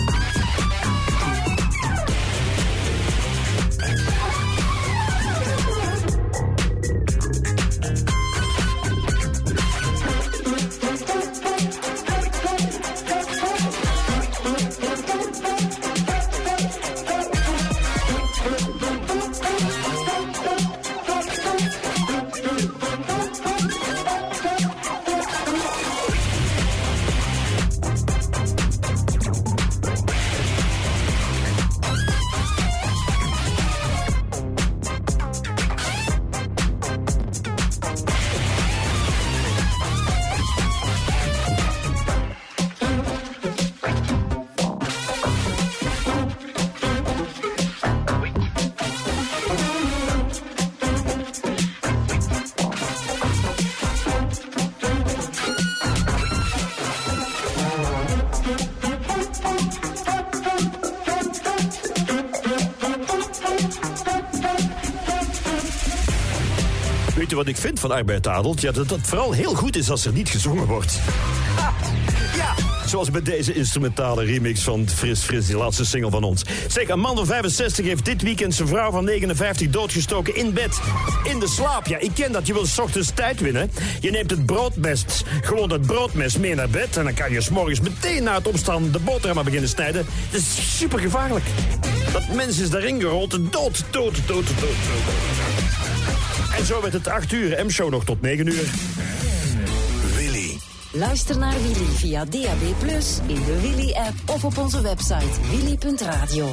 Weet je wat ik vind van Arbeid Adelt? Ja, dat het vooral heel goed is als er niet gezongen wordt. Ah, ja, zoals bij deze instrumentale remix van Fris Fris, die laatste single van ons. Zeg, een man van vijfenzestig heeft dit weekend zijn vrouw van negenenvijftig doodgestoken in bed. In de slaap. Ja, ik ken dat. Je wil 's ochtends tijd winnen. Je neemt het broodmes, gewoon het broodmes mee naar bed. En dan kan je 's morgens meteen na het opstaan de boterhammen beginnen snijden. Dat is super gevaarlijk. Dat mens is daarin gerold. Dood, dood, dood, dood, dood, dood. En zo werd het acht uur. M-show nog tot negen uur. Willy. Luister naar Willy via D A B plus, in de Willy-app of op onze website willy punt radio.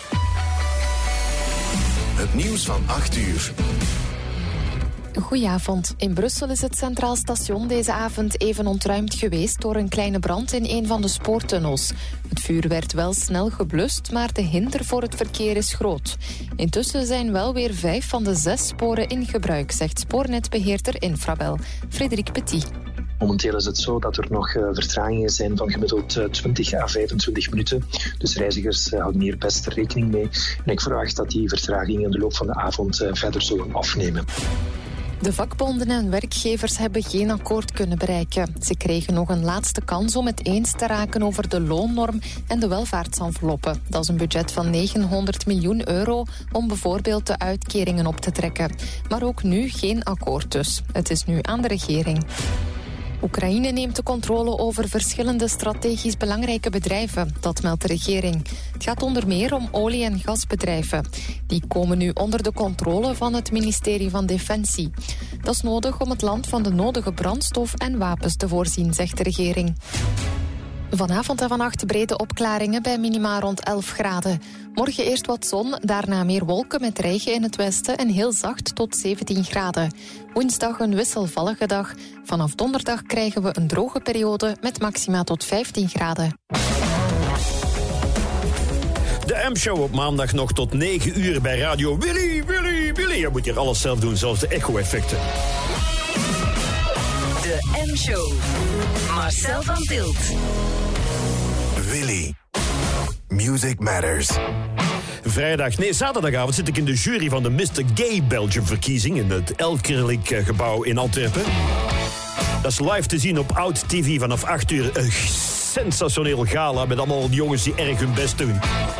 Het nieuws van acht uur. Goedenavond. In Brussel is het Centraal Station deze avond even ontruimd geweest door een kleine brand in een van de spoortunnels. Het vuur werd wel snel geblust, maar de hinder voor het verkeer is groot. Intussen zijn wel weer vijf van de zes sporen in gebruik, zegt spoornetbeheerder Infrabel, Frederik Petit. Momenteel is het zo dat er nog uh, vertragingen zijn van gemiddeld uh, twintig à vijfentwintig minuten. Dus reizigers uh, houden hier best rekening mee. En ik verwacht dat die vertragingen in de loop van de avond uh, verder zullen afnemen. De vakbonden en werkgevers hebben geen akkoord kunnen bereiken. Ze kregen nog een laatste kans om het eens te raken over de loonnorm en de welvaartsenveloppe. Dat is een budget van negenhonderd miljoen euro om bijvoorbeeld de uitkeringen op te trekken. Maar ook nu geen akkoord dus. Het is nu aan de regering. Oekraïne neemt de controle over verschillende strategisch belangrijke bedrijven, dat meldt de regering. Het gaat onder meer om olie- en gasbedrijven. Die komen nu onder de controle van het ministerie van Defensie. Dat is nodig om het land van de nodige brandstof en wapens te voorzien, zegt de regering. Vanavond en vannacht brede opklaringen bij minima rond elf graden. Morgen eerst wat zon, daarna meer wolken met regen in het westen en heel zacht tot zeventien graden. Woensdag een wisselvallige dag. Vanaf donderdag krijgen we een droge periode met maxima tot vijftien graden. De M-show op maandag nog tot negen uur bij Radio Willy, Willy, Willy. Je moet hier alles zelf doen, zelfs de echo-effecten. De M-show. Marcel van Tilt. Willy. Music Matters. Vrijdag, nee, zaterdagavond zit ik in de jury van de mister Gay Belgium verkiezing in het Elkerlijk gebouw in Antwerpen. Dat is live te zien op Oud T V vanaf acht uur. Een sensationeel gala met allemaal jongens die erg hun best doen.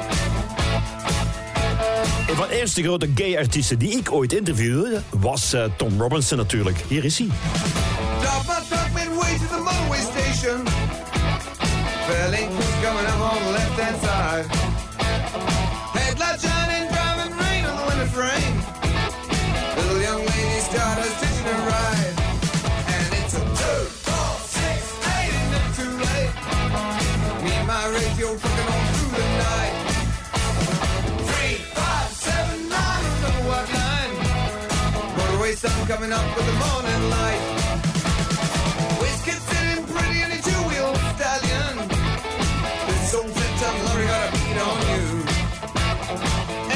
Een van de eerste grote gay artiesten die ik ooit interviewde was uh, Tom Robinson natuurlijk. Hier is hij. Drop my truck midway to the motorway station. Fairlane crews coming up on the left hand side. Headlights shining, driving rain on the winter frame. Little young lady started stitching her ride. And it's a two, four, six, eight, ain't never too late. Me and my radio trucking on through the night. Three, five, seven, nine, don't know what line. Motorway sun coming up with the morning light. Whiskey sitting pretty in a two-wheel stallion. This old set-top lorry got a beat on you.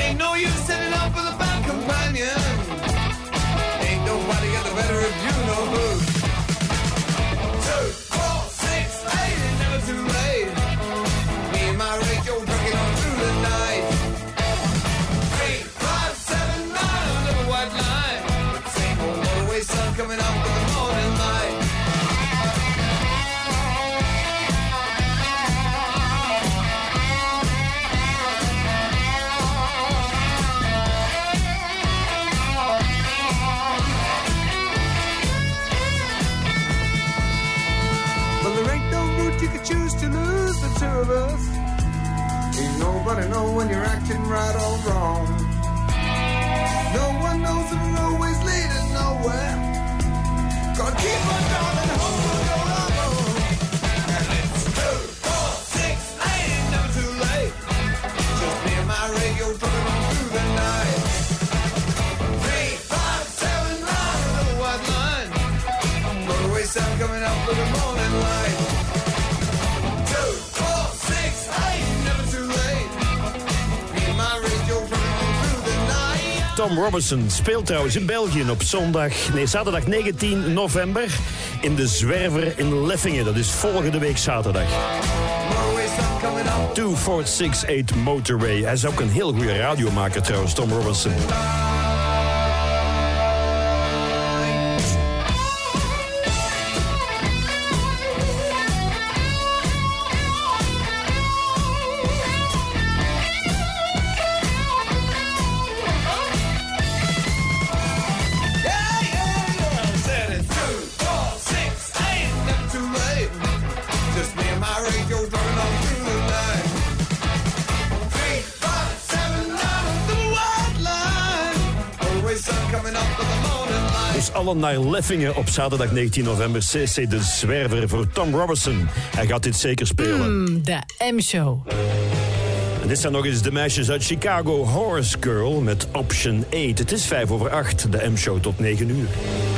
coming up with the morning light. Two, four, six, eight, never too late. Me and my radio running on through the night. Tom Robinson speelt trouwens in België op zondag, nee, zaterdag negentien november in de Zwerver in Leffingen. Dat is volgende week zaterdag. two four six eight Motorway. Hij is ook een heel goede radiomaker trouwens, Tom Robinson. Dus allen naar Leffingen op zaterdag negentien november. C C De Zwerver voor Tom Robinson. Hij gaat dit zeker spelen. Mm, de M-show. En dit zijn nog eens de meisjes uit Chicago. Horse Girl met Option acht. Het is vijf over acht. De M-show tot negen uur.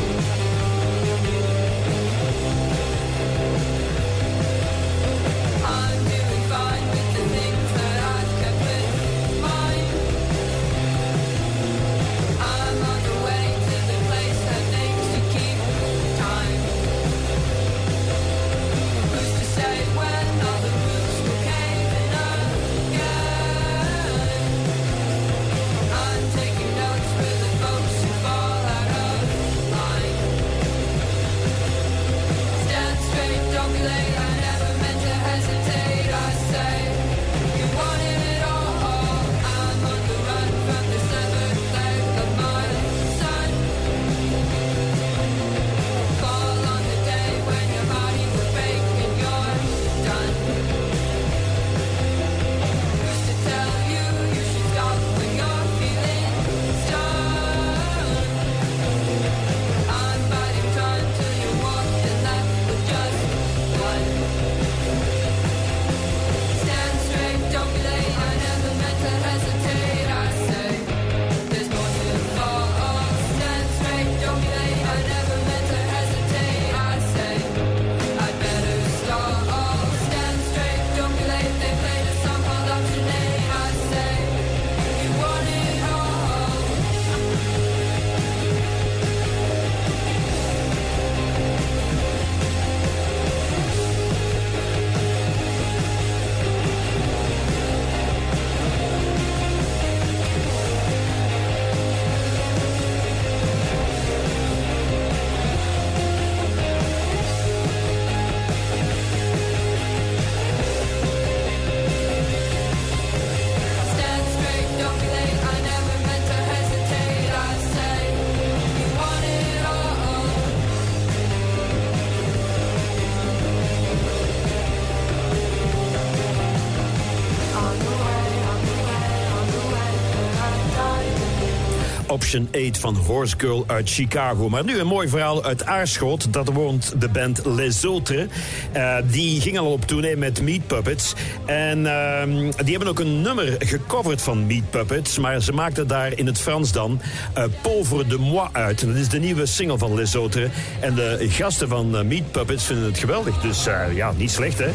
Option acht van Horse Girl uit Chicago. Maar nu een mooi verhaal uit Aarschot. Dat woont de band Les Autres. Uh, die gingen al op tournee met Meat Puppets. En uh, die hebben ook een nummer gecoverd van Meat Puppets. Maar ze maakten daar in het Frans dan uh, Pauvre de Moi uit. En dat is de nieuwe single van Les Autres. En de gasten van uh, Meat Puppets vinden het geweldig. Dus uh, ja, niet slecht, hè?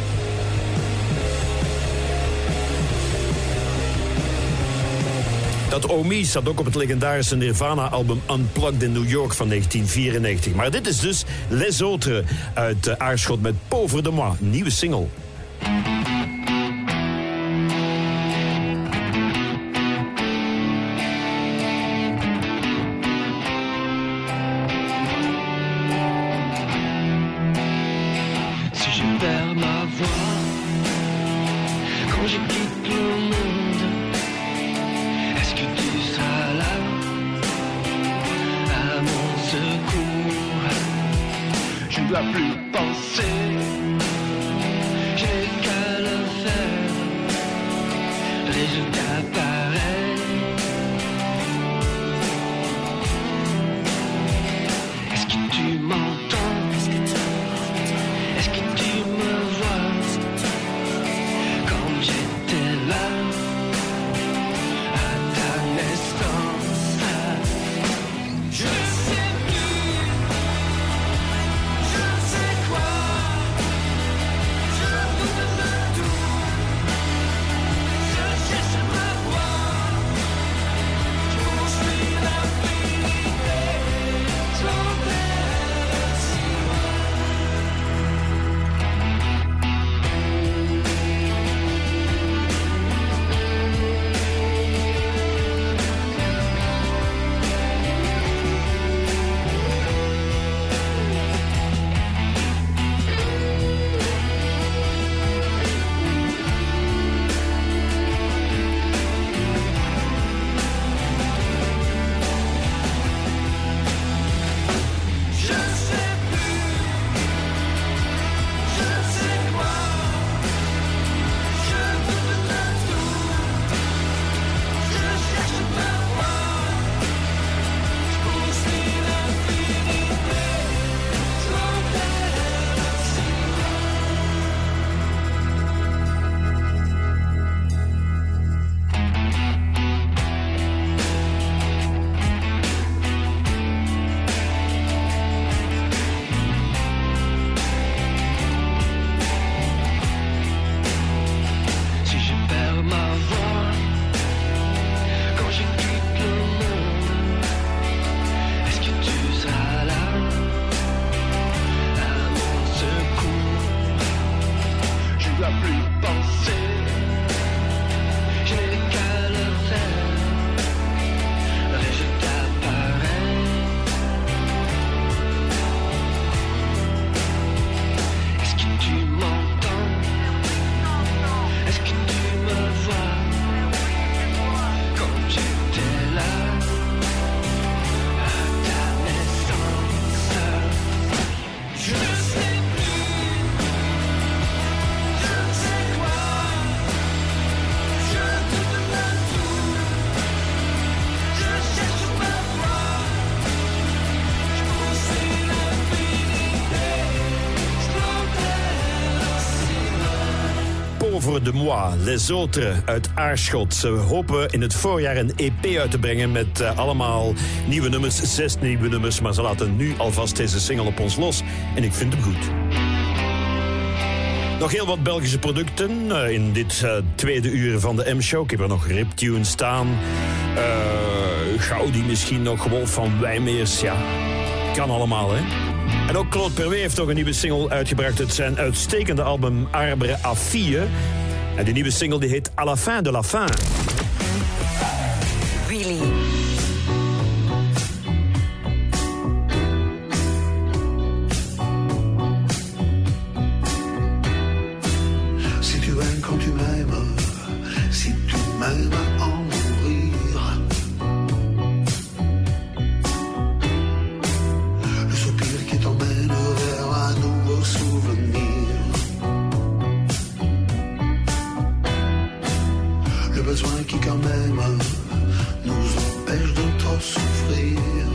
Dat Omi staat ook op het legendarische Nirvana-album Unplugged in New York van negentien vierennegentig. Maar dit is dus Les Autres uit uh, Aarschot met Pauvre de Moi, nieuwe single. Si je perds ma voix quand je quitte le monde, est-ce que tu seras là à mon secours? Je ne dois plus penser, j'ai qu'à le faire, résultat pareil. Est-ce que tu m'entends? Est-ce que tu me vois comme j'étais là à ta naissance? Je sais plus, je sais Pauvre de Moi, Les Autres uit Aarschot. Ze hopen in het voorjaar een E P uit te brengen met uh, allemaal nieuwe nummers, zes nieuwe nummers. Maar ze laten nu alvast deze single op ons los en ik vind hem goed. Nog heel wat Belgische producten uh, in dit uh, tweede uur van de M-show. Ik heb er nog Riptune staan. Uh, Gaudi misschien nog, Wolf van Wijmeers. Ja, kan allemaal, hè. En ook Claude Perwee heeft nog een nieuwe single uitgebracht uit zijn uitstekende album Arbre à Filles. En die nieuwe single die heet À la fin de la fin. Really? Si tu aimes quand tu m'aimes, si tu m'aimes à en mourir. Le soupir qui t'emmène vers un nouveau souvenir. Le besoin qui quand même nous empêche de trop souffrir.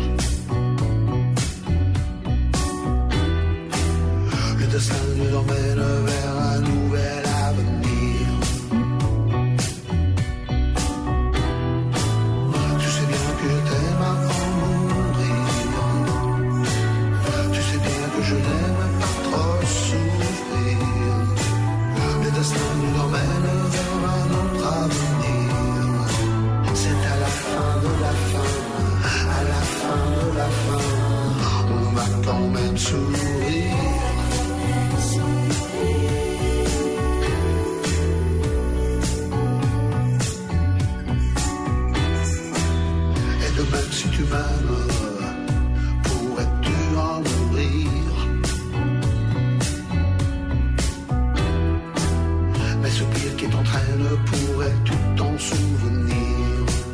Le destin nous emmène vers un nouvel avenir. Tu sais bien que je t'aime à en mourir. Tu sais bien que je n'aime pas trop souffrir. Le destin nous emmène vers un autre avenir. C'est à la fin de la fin, à la fin de la fin, on va quand même sourire. Et de même si tu m'aimes, pourrais-tu en mourir? Mais ce pire qui t'entraîne, pourrais-tu t'en souvenir?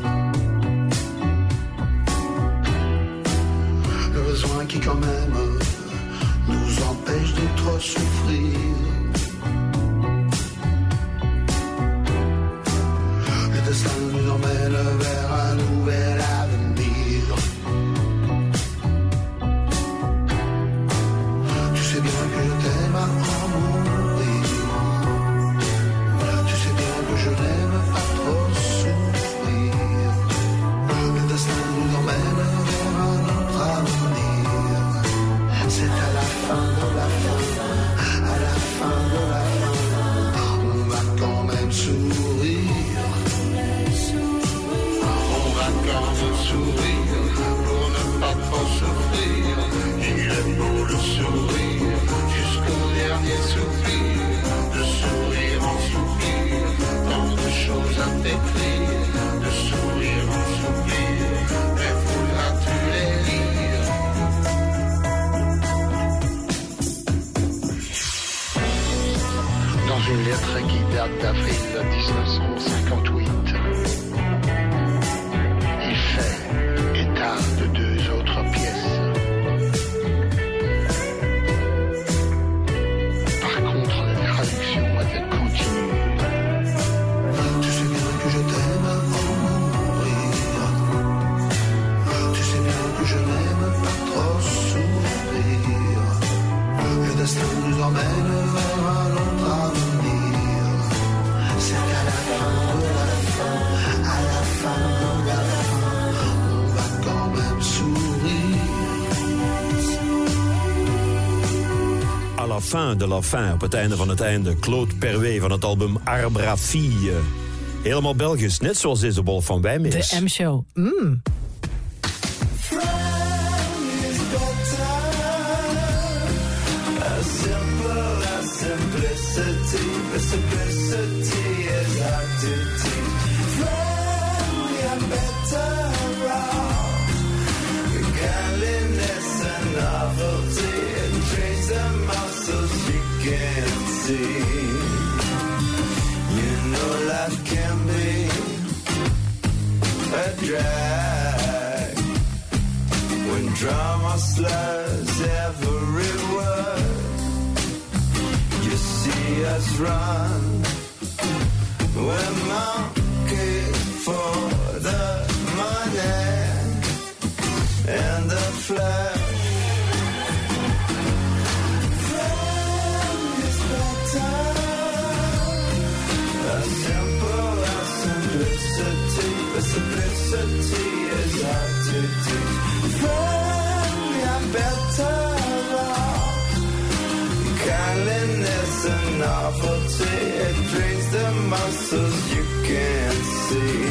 Le besoin qui quand même nous empêche de trop souffrir. Le destin nous emmène vers un nouvel avenir. Tu sais bien que je t'aime à en mourir. Tu sais bien que je n'aime pas trop souffrir. Le destin nous emmène vers un autre avenir. C'est à la fin de la fin, à la fin de la fin, on va quand même sourire. On va quand même sourire pour ne pas trop souffrir. Il est beau le sourire jusqu'au dernier soupir. De sourire en soupir, tant de choses à t'écrire. De sourire en soupir, mais voudras-tu les lire? Dans une lettre qui date d'avril dix-neuf cent cinquante-huit, il fait état de deux autres pièces. Par contre, la traduction était continue. Tu sais bien que je t'aime à en mourir. Tu sais bien que je n'aime pas trop souffrir. Le destin nous emmène vers un autre avenir. C'est à la fin de la fin, à la fin de la fin, on va quand même sourire. À la fin de la fin, op het einde van het einde. Claude Perwee van het album Arbre à Filles. Helemaal Belgisch, net zoals deze Wolf van Wijmeers. De M-show. Mm. As simple as simplicity, but simplicity is identity. Friendly and better off. Godliness and novelty, and trains the muscles you can't see. You know life can be a drag when drama slurs every word. You see us run, we're monkeys for the money and the flash. Friend is better. novelty. It drains the muscles you can't see.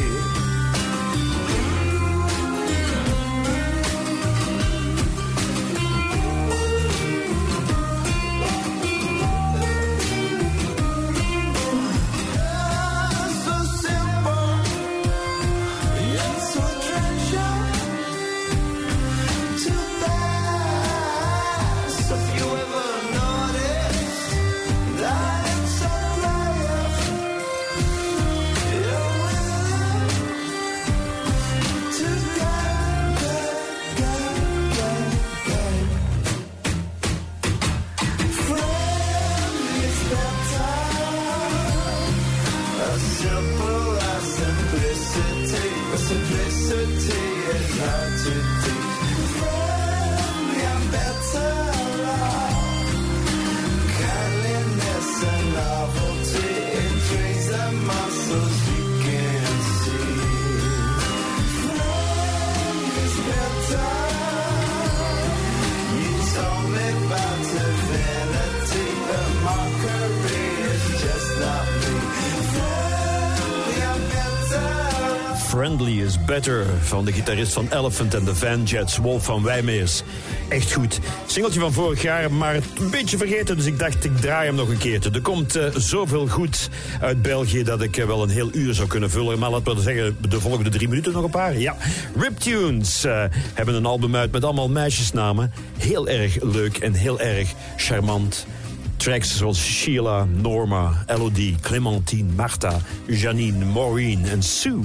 Friendly is Better van de gitarist van Elephant and the Van Jets, Wolf van Wijmeers. Echt goed. Singeltje van vorig jaar, maar een beetje vergeten, dus ik dacht ik draai hem nog een keertje. Er komt uh, zoveel goed uit België dat ik uh, wel een heel uur zou kunnen vullen. Maar laten we zeggen, de volgende drie minuten nog een paar. Ja, Riptunes uh, hebben een album uit met allemaal meisjesnamen. Heel erg leuk en heel erg charmant. Tracks zoals Sheila, Norma, Elodie, Clementine, Martha, Janine, Maureen en Sue.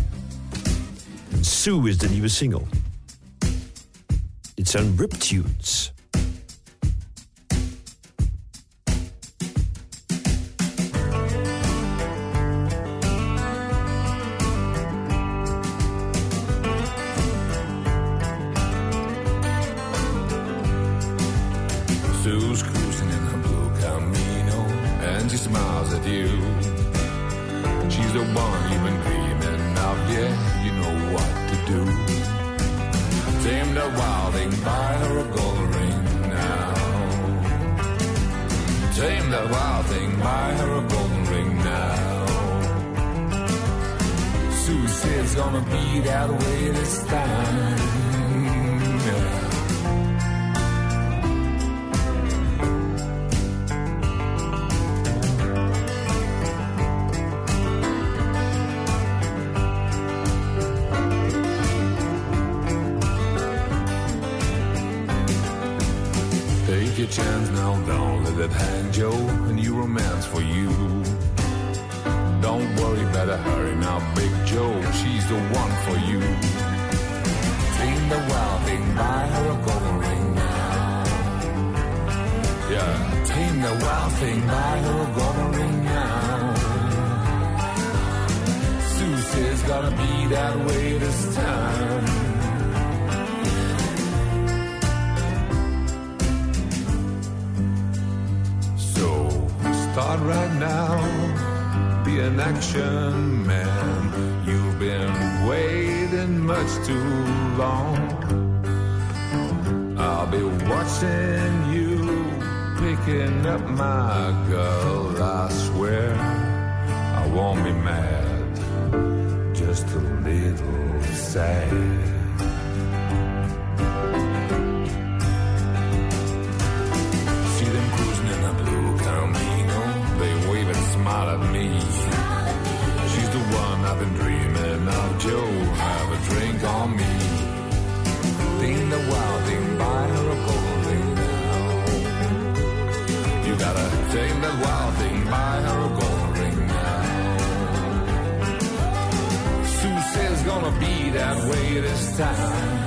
Sue is de nieuwe single. Dit zijn Riptunes. Sue's cruising in her blue Camino, and she smiles at you. She's the one you've been dreaming of, yeah, you know what to do. Tame the wild thing, buy her a gold ring now. Tame the wild thing, buy her a golden ring now. Sue says it's gonna be that way this time, yeah. Take your chance now, don't let it hang, Joe. A new romance for you. Don't worry, better hurry now, Big Joe. She's the one for you. Tame the wild thing, buy her a golden ring now. Yeah, tame the wild thing, buy her a golden ring now. Sue says gonna be that way this time. Start right now, be an action man. You've been waiting much too long. I'll be watching you, picking up my girl. I swear I won't be mad, just a little sad. Smile at me. She's the one I've been dreaming of. Joe, have a drink on me. Tame the wild thing, buy her a gold ring now. You gotta tame that wild thing, buy her a gold ring now. Sue says gonna be that way this time.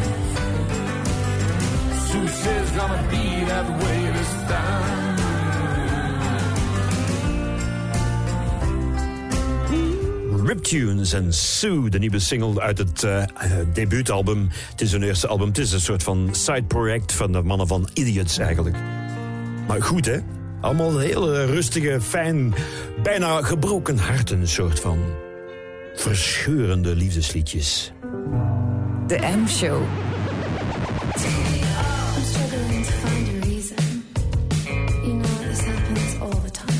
Sue says gonna be that way this time. Riptunes en Sue, de nieuwe single uit het uh, debuutalbum. Het is hun eerste album, het is een soort van side-project van de mannen van Idiots eigenlijk. Maar goed hè, allemaal hele rustige, fijn, bijna gebroken harten, een soort van verscheurende liefdesliedjes. De M-show. I'm struggling to find a reason. You know this happens all the time.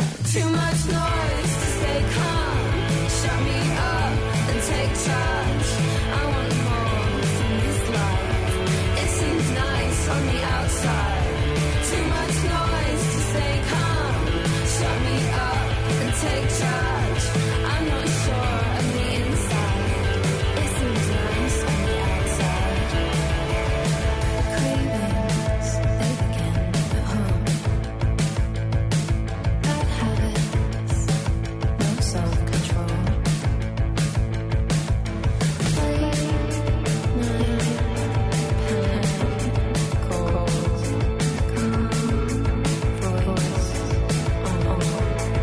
Too much noise to stay calm. Shut me up and take charge. I want more from this life. It seems nice on the outside. Too much noise to stay calm. Shut me up and take charge. I'm not sure of the inside. It seems nice on the outside. Cravings, they begin at home. Bad habits, no self-control. Late night, panic, cold, calm, voice on the phone.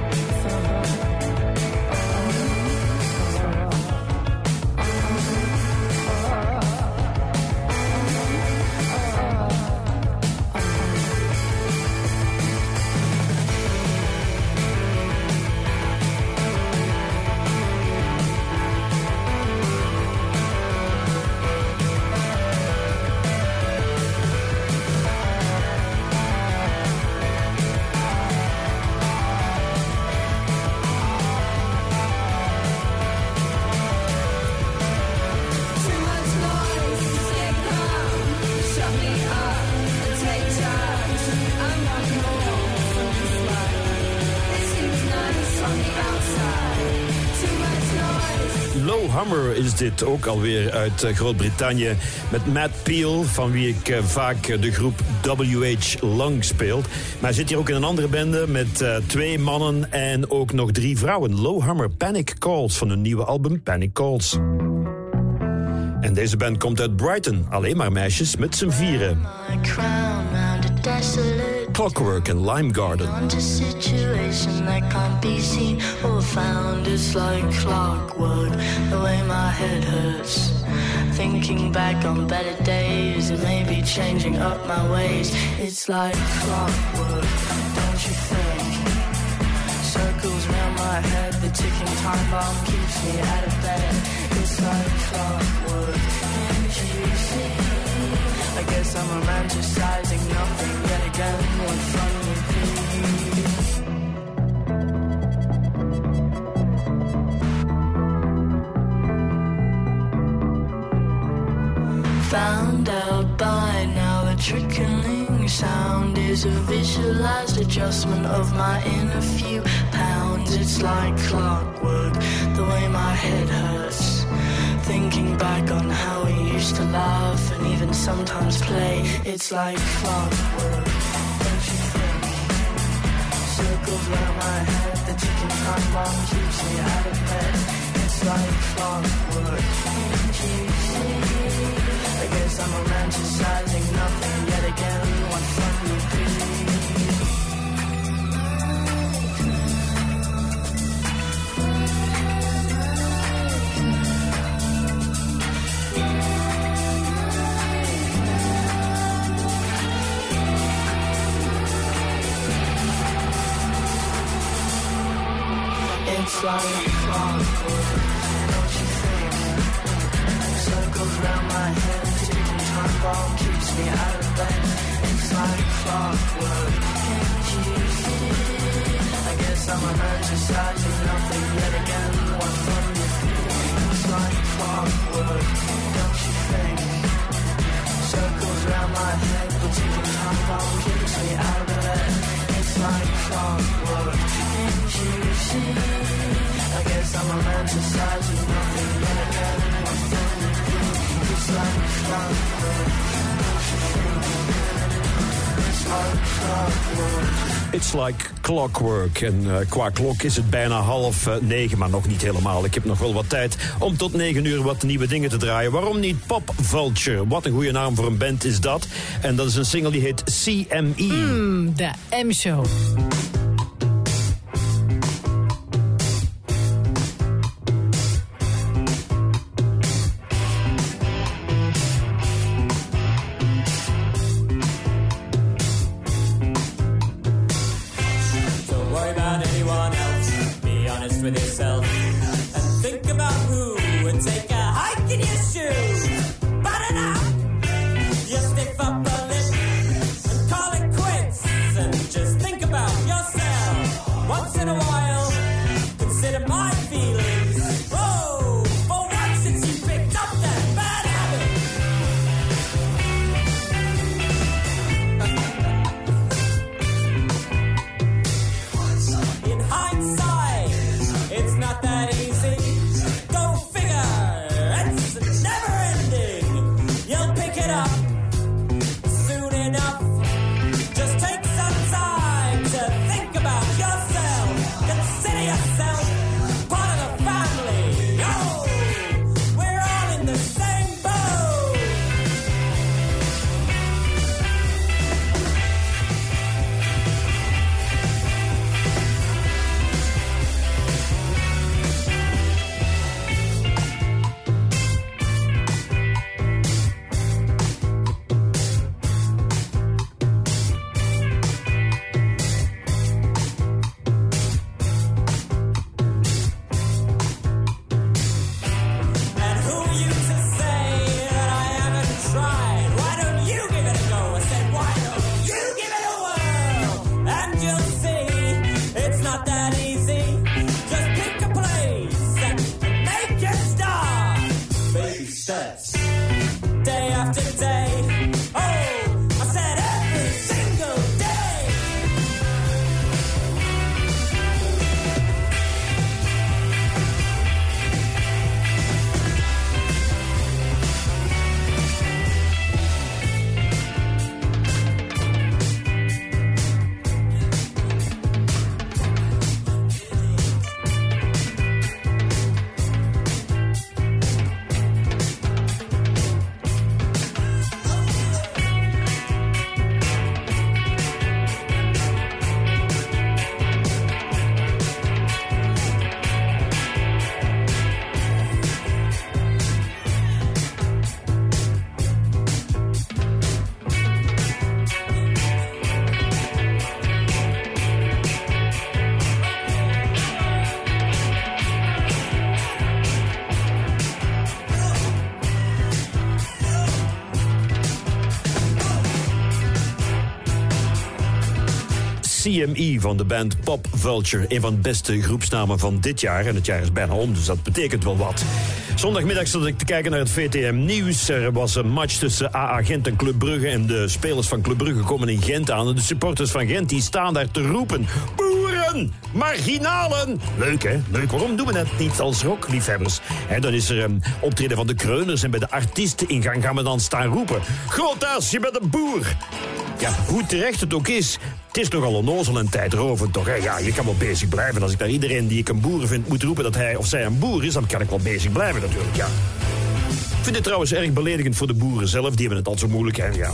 Too much noise to stay calm. Shut me up and take charge. I'm not more from this life. It seems nice on the outside. Too much noise. Low Hammer is dit, ook alweer uit eh, Groot-Brittannië. Met Matt Peel, van wie ik eh, vaak eh, de groep W H Lung speelt. Maar hij zit hier ook in een andere bende met eh, twee mannen en ook nog drie vrouwen. Low Hammer, Panic Calls, van hun nieuwe album Panic Calls. En deze band komt uit Brighton. Alleen maar meisjes met z'n vieren. My crown round a desolate Clockwork en Lime Garden. a situation that can't be seen or found. It's like clockwork, the way my head hurts. Thinking back on better days and maybe changing up my ways. It's like clockwork, don't you think? Circles round my head, the ticking time bomb keeps me out of bed. It's like clockwork, can't you see? I guess I'm romanticizing nothing yet again. What fun would be? Found out by now the trickling sound is a visualized adjustment of my inner few pounds. It's like clockwork, the way my head hurts. Thinking back on how we used to laugh and even sometimes play. It's like clockwork, don't you think? Circles round my head, the ticking time bomb keeps me out of bed. It's like clockwork, can't you see? I guess I'm romanticizing nothing yet again. What fun would be? It's like clockwork, don't you think? Circles round my head, ticking time bomb keeps me out of bed. It's like clockwork, can't you see? I guess I'm romanticizing nothing yet again. What fun would be? It's like clockwork, don't you think? Circles round my head, the ticking time bomb keeps me out of bed. It's like clockwork, can't you see? I guess I'm romanticizing nothing yet again. What fun would be? It's like clockwork, don't you think? It's like clockwork. It's like clockwork. En uh, qua klok is het bijna half uh, negen, maar nog niet helemaal. Ik heb nog wel wat tijd om tot negen uur wat nieuwe dingen te draaien. Waarom niet Pop Vulture? Wat een goede naam voor een band is dat. En dat is een single die heet C M E. Mm, de M-show. With yourself and think about who would take a hike in your shoes. Button up, you stiff up a lip and call it quits, and just think about yourself. What's yourself part of the family. Oh, we're all in the same boat. Day after day, oh, I said every single day. C M E van de band Pop Vulture. Een van de beste groepsnamen van dit jaar. En het jaar is bijna om, dus dat betekent wel wat. Zondagmiddag zat ik te kijken naar het V T M Nieuws. Er was een match tussen A A Gent en Club Brugge. En de spelers van Club Brugge komen in Gent aan. En de supporters van Gent die staan daar te roepen. Boeren! Marginalen! Leuk, hè? Leuk. Waarom doen we dat niet als rockliefhebbers? He, dan is er een optreden van de Kreuners. En bij de artiesteningang gaan we dan staan roepen. Grootaas, je bent een boer! Ja, hoe terecht het ook is... Het is nogal onnozel en tijdrovend toch, hè? Ja, je kan wel bezig blijven. Als ik naar iedereen die ik een boer vind moet roepen dat hij of zij een boer is, dan kan ik wel bezig blijven natuurlijk, ja. Ik vind het trouwens erg beledigend voor de boeren zelf. Die hebben het al zo moeilijk, hè, ja.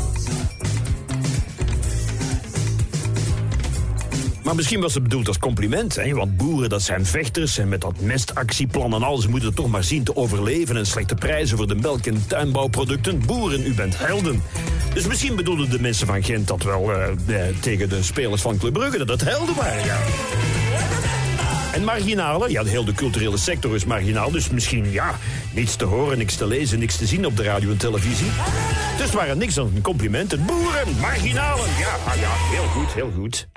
Maar misschien was het bedoeld als compliment, hè? Want boeren, dat zijn vechters en met dat mestactieplan en alles moeten het toch maar zien te overleven en slechte prijzen voor de melk- en tuinbouwproducten. Boeren, u bent helden. Dus misschien bedoelden de mensen van Gent dat wel uh, eh, tegen de spelers van Club Brugge, dat het helden waren, ja. En marginalen, ja, de hele culturele sector is marginaal, dus misschien, ja, niets te horen, niks te lezen, niks te zien op de radio en televisie. Dus het waren niks dan complimenten. Boeren, marginalen, ja, ah, ja, heel goed, heel goed.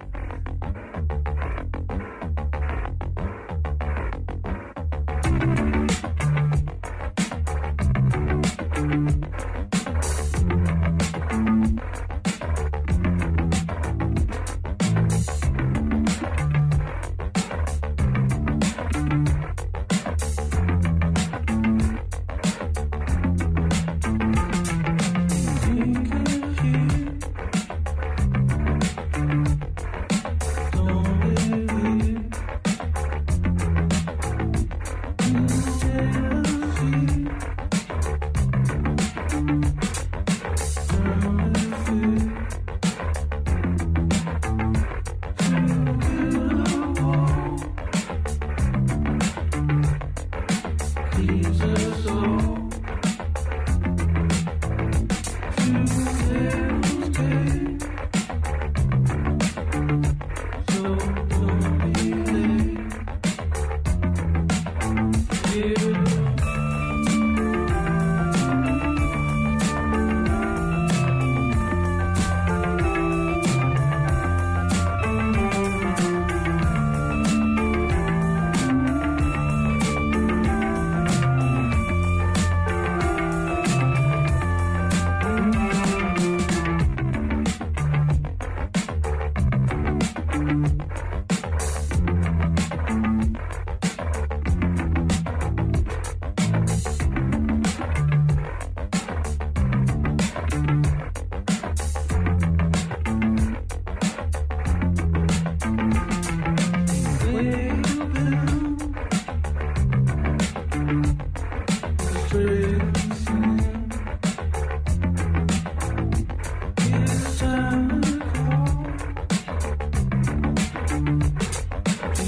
Don't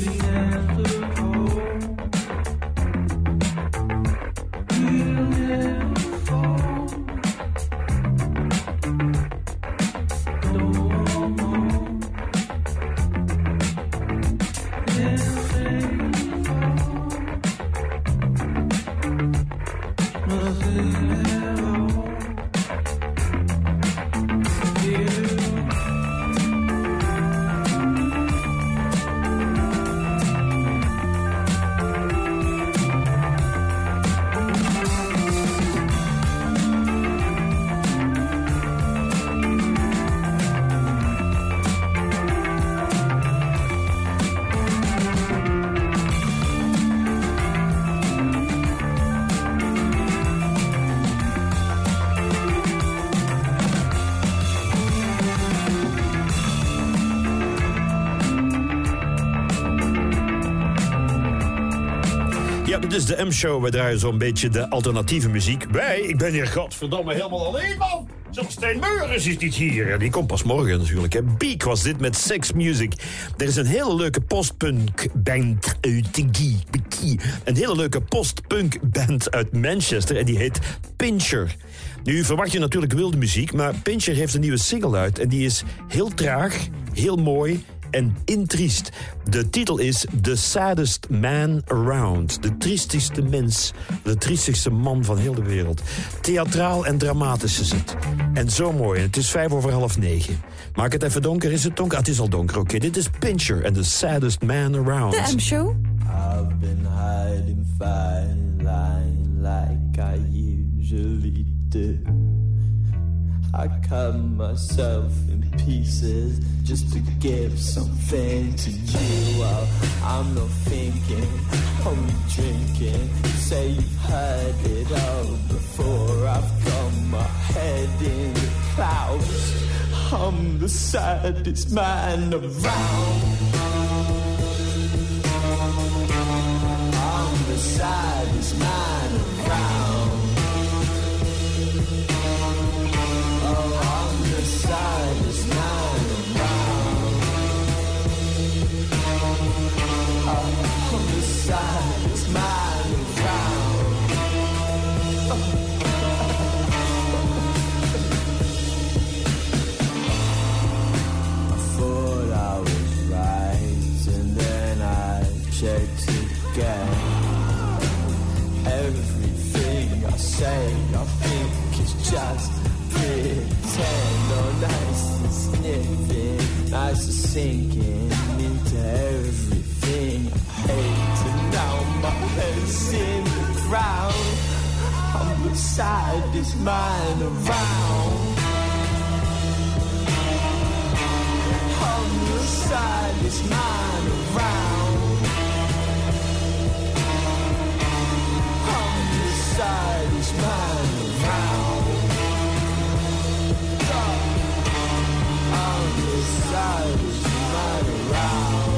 Ja, dit is de M-show. Wij draaien zo'n beetje de alternatieve muziek. Wij, ik ben hier godverdomme helemaal alleen, man. Zelfs Stijn Meuris is niet hier. Ja, die komt pas morgen natuurlijk. Hè. Beak was dit met Sex Music. Er is een hele leuke postpunk band uit Een hele leuke postpunk band uit Manchester. En die heet Pincher. Nu verwacht je natuurlijk wilde muziek, maar Pincher heeft een nieuwe single uit. En die is heel traag, heel mooi en intriest. De titel is The Saddest Man Around. De triestigste mens, de triestigste man van heel de wereld. Theatraal en dramatisch is het. En zo mooi. En het is vijf over half negen. Maak het even donker. Is het donker? Ah, het is al donker. Oké, okay, dit is Pincher en The Saddest Man Around. De M-show. I've been hiding fine line like I usually do. I cut myself in pieces just to give something to you. Well, I'm not thinking, only drinking. You say you've heard it all before. I've got my head in the clouds. I'm the saddest man around. I'm the saddest man around. The saddest man around. I'm the saddest man around. I thought I was right, and then I checked again. Everything I say, I think is just pretend, or nice and sniffing, nice and sinking into everything I hate. And now my head's in the ground. I'm the saddest man around. I'm the saddest man around. I'm the saddest man around. I'm the saddest man around.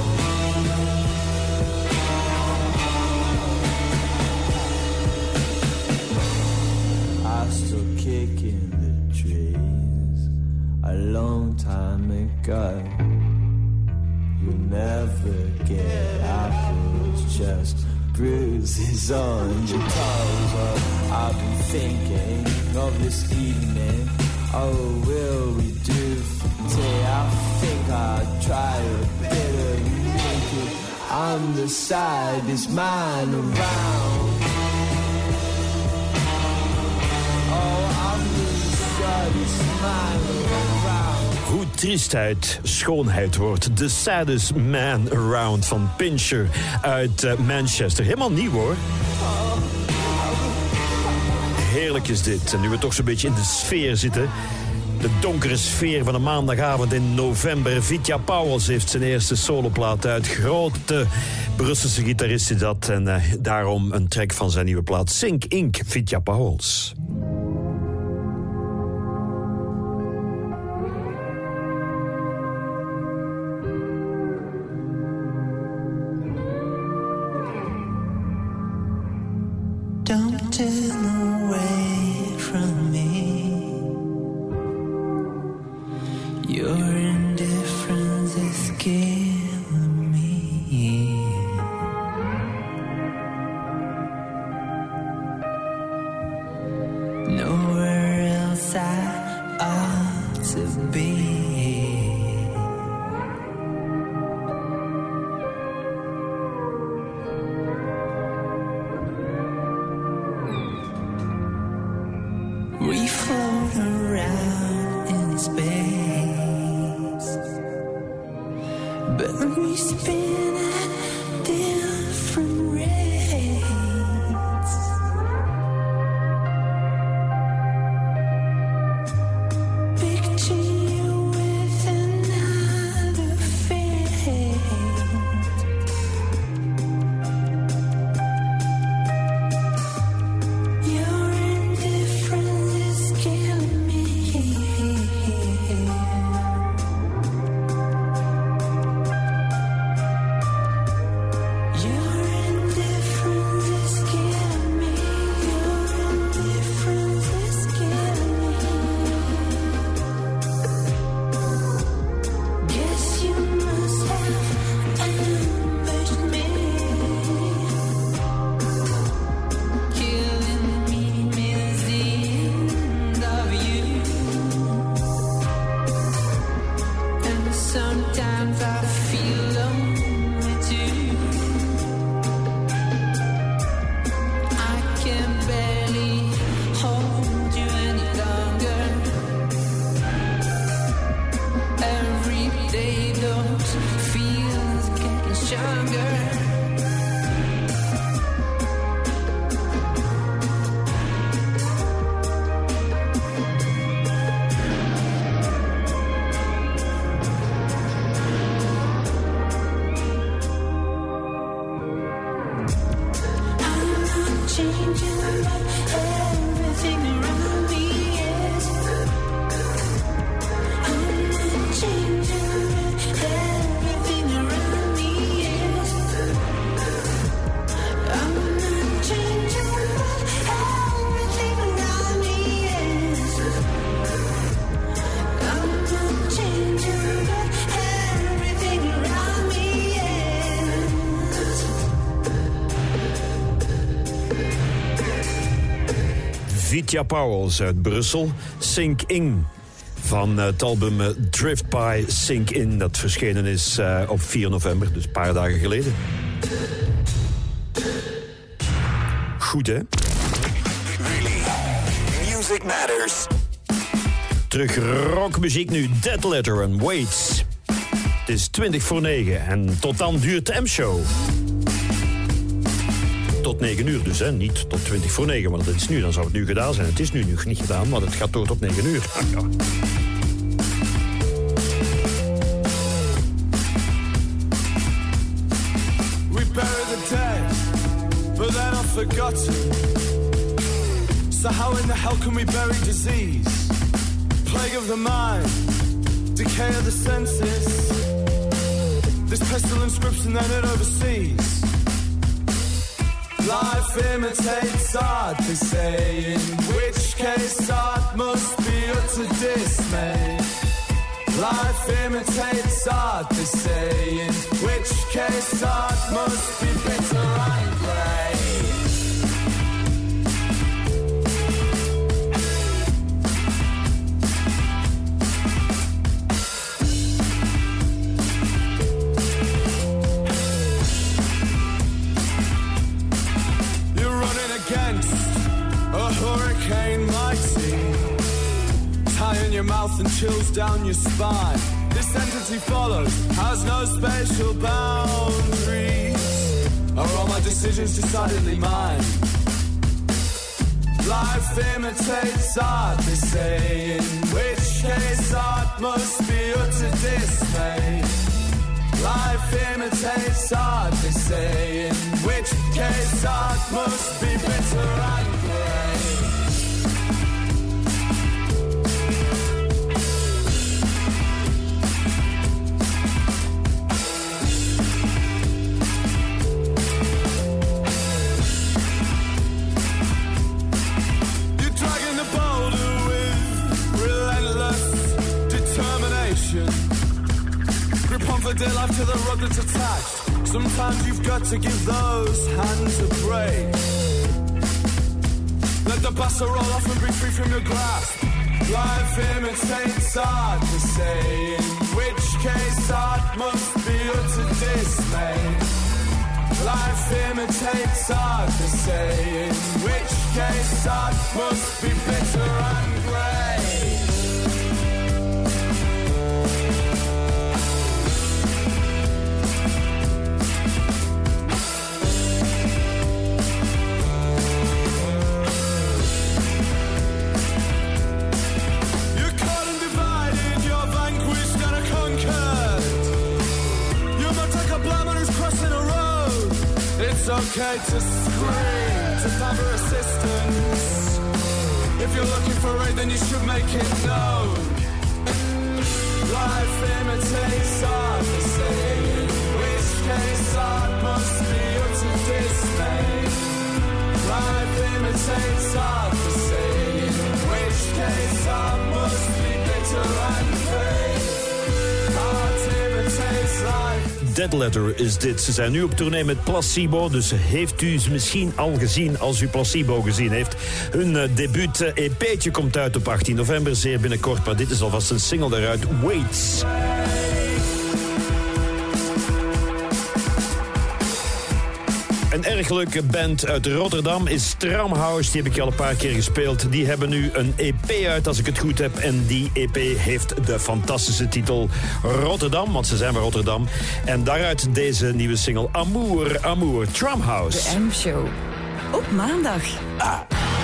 I still kicking the trees a long time ago. You'll never get apples, just bruises on your toes. Well, I've been thinking of this evening. Oh, will we do for tea? I think I'll try a bit of naked. I'm the saddest man around. Oh, I'm the saddest man around. Hoe triestheid schoonheid wordt. The Saddest Man Around van Pincher uit uh, Manchester. Helemaal nieuw hoor. Heerlijk is dit. En nu we toch zo'n beetje in de sfeer zitten. De donkere sfeer van een maandagavond in november. Vitja Pauwels heeft zijn eerste soloplaat uit. Grote Brusselse gitarist is dat. En uh, daarom een track van zijn nieuwe plaat. Sink Ink, Vitja Pauwels. Don't turn away from me. Your indifference is killing me. we spin at different rates. Picture you with another fate. Your indifference is killing me. Your indifference is killing me. Your indifference is killing me. Guess you must have ambushed me. Killing me means the end of you. And sometimes I feel lonely too. I can barely hold you any longer. Every day those feelings getting stronger. I'm not changing, but everything around me is. I'm not changing, but everything around me is. I'm not changing, but everything around me is. I'm not changing, but everything around me is. Vitya Pauwels uit Brussel. Sink In. Van uh, het album uh, Drift By Sink In. Dat verschenen is uh, op vier november, dus een paar dagen geleden. Goed, hè? Music Matters. Terug rockmuziek nu. Dead Letter en Waits. Het is twintig voor negen en tot dan duurt de M-show. Tot negen uur dus, hè. Niet tot twintig voor negen, want dat is nu. Dan zou het nu gedaan zijn. Het is nu nog niet gedaan, maar het gaat door tot negen uur. Ja. We bury the dead, but they're not forgotten. So how in the hell can we bury disease? Plague of the mind, decay of the senses. This pestilence grips and then it overseas. Life imitates art, they say, in which case art must be utter dismay. Life imitates art, they say, in which case art must be bitter and grey. A hurricane mighty, tie in your mouth and chills down your spine. This entity follows, has no spatial boundaries. Are all my decisions decidedly mine? Life imitates art, they say, in which case art must be utter dismay. Life imitates art, they say, in which case art must be bitter and grey. You're dragging the boulder with relentless determination. Grip on for dear life to the rod that's attached. Sometimes you've got to give those hands a break. Let the bastard roll off and be free from your grasp. Life imitates art, they say, in which case art must be utter dismay. Life imitates art, they say, in which case art must be bitter and grey. it's okay to scream to cover assistance. If you're looking for it, then you should make it known. Life imitates art, the saying, which case art must be utter dismay. Life imitates art, the saying, which case art must be bitter and vain. Art imitates life. Dead Letter is dit. Ze zijn nu op tournee met Placebo, dus heeft u ze misschien al gezien als u Placebo gezien heeft. Hun uh, debuut-E P'tje komt uit op achttien november, zeer binnenkort, maar dit is alvast een single daaruit, Waits. Een erg leuke band uit Rotterdam is Tramhouse. Die heb ik al een paar keer gespeeld. Die hebben nu een E P uit, als ik het goed heb. En die E P heeft de fantastische titel Rotterdam, want ze zijn van Rotterdam. En daaruit deze nieuwe single Amour, Amour, Tramhouse. De M-show. Op maandag. Ah.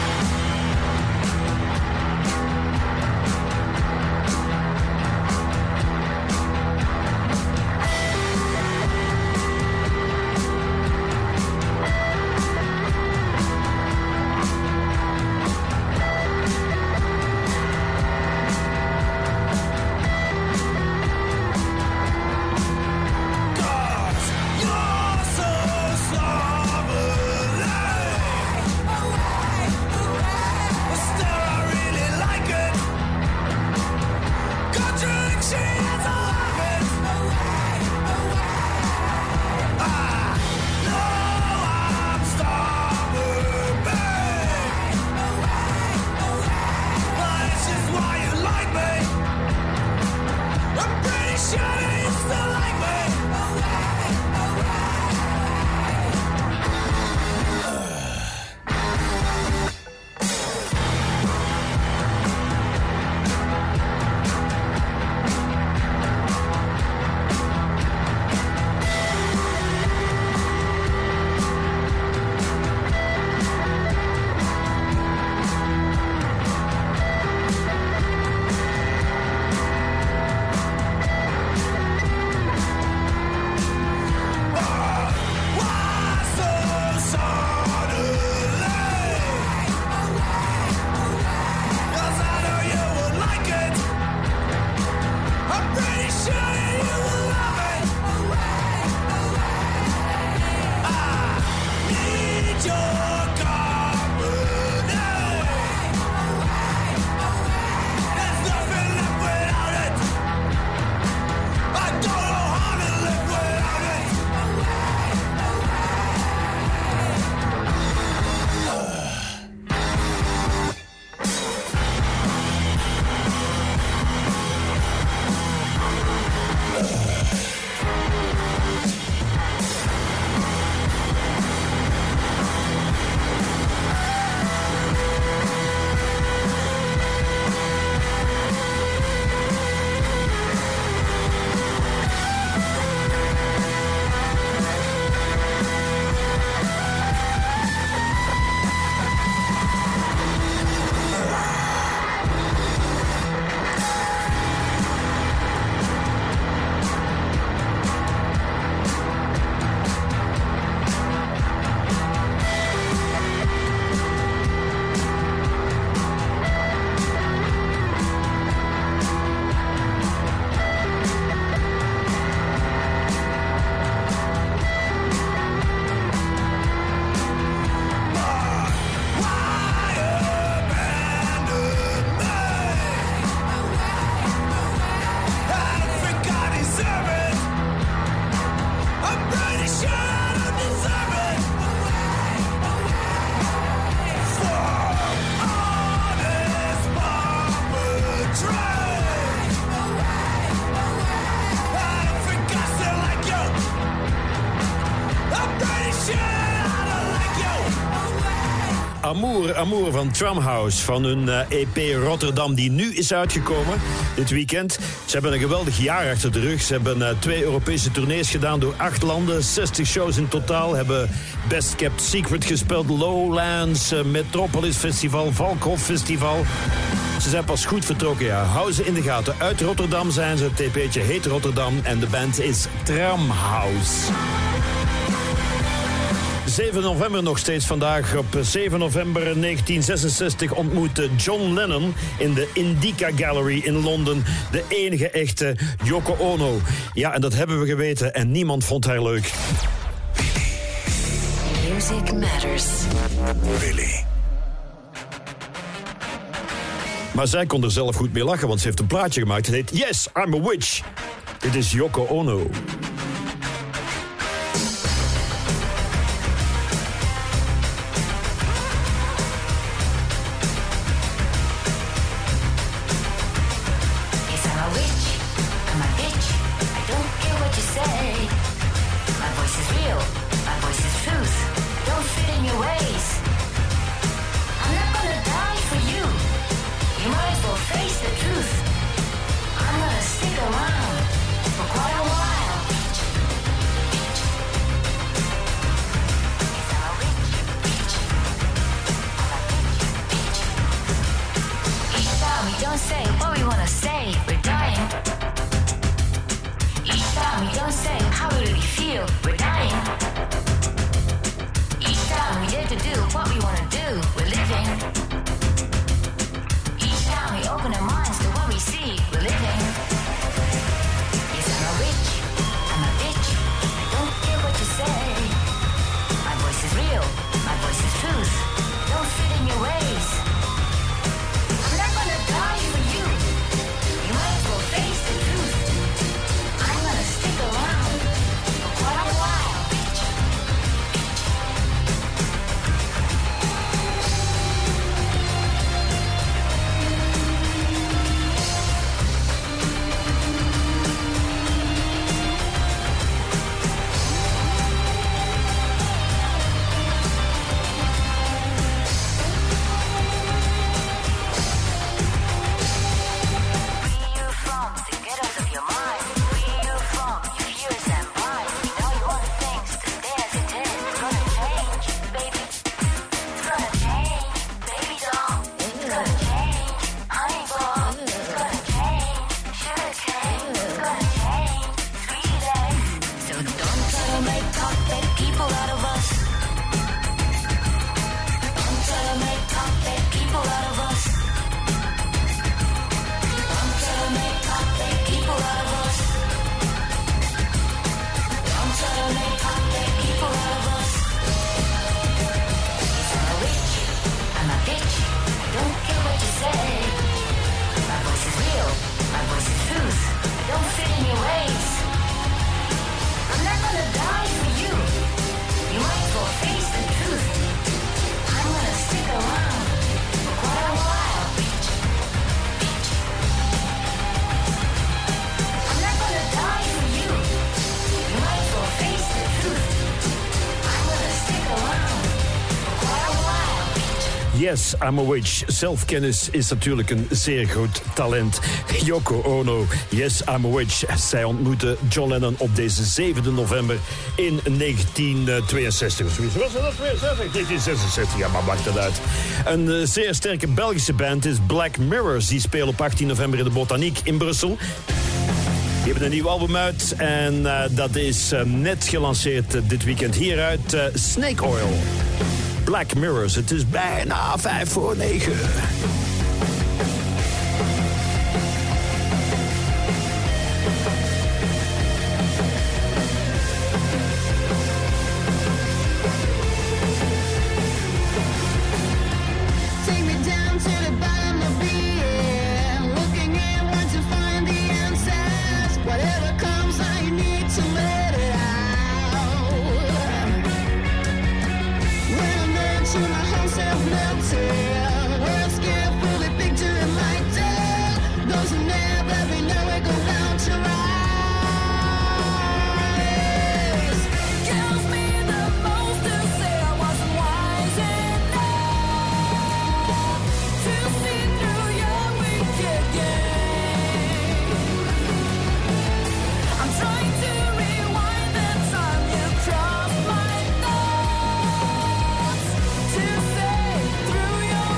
Amour, Amour van Tramhouse, van hun uh, E P Rotterdam, die nu is uitgekomen dit weekend. Ze hebben een geweldig jaar achter de rug. Ze hebben uh, twee Europese tournees gedaan door acht landen, zestig shows in totaal. Hebben Best Kept Secret gespeeld, Lowlands, uh, Metropolis Festival, Valkhof Festival. Ze zijn pas goed vertrokken, ja. Hou ze in de gaten. Uit Rotterdam zijn ze. Het E P'tje heet Rotterdam en de band is Tramhouse. zeven november nog steeds vandaag. Op zeven november negentien zesenzestig ontmoette John Lennon in de Indica Gallery in Londen de enige echte Yoko Ono. Ja, en dat hebben we geweten en niemand vond haar leuk. Music Matters. Billy. Maar zij kon er zelf goed mee lachen, want ze heeft een plaatje gemaakt. Het heet Yes, I'm a Witch. Dit is Yoko Ono. Yes, I'm a Witch. Zelfkennis is natuurlijk een zeer groot talent. Yoko Ono, Yes, I'm a Witch. Zij ontmoette John Lennon op deze zevende november in negentien tweeënzestig. Of zoiets. Was dat tweeënzestig? negentien zesenzestig, ja, maar maakt dat uit. Een uh, zeer sterke Belgische band is Black Mirrors. Die spelen op achttien november in de Botaniek in Brussel. Die hebben een nieuw album uit en uh, dat is uh, net gelanceerd uh, dit weekend hieruit. Uh, Snake Oil. Black Mirrors, het is bijna vijf voor negen. Through your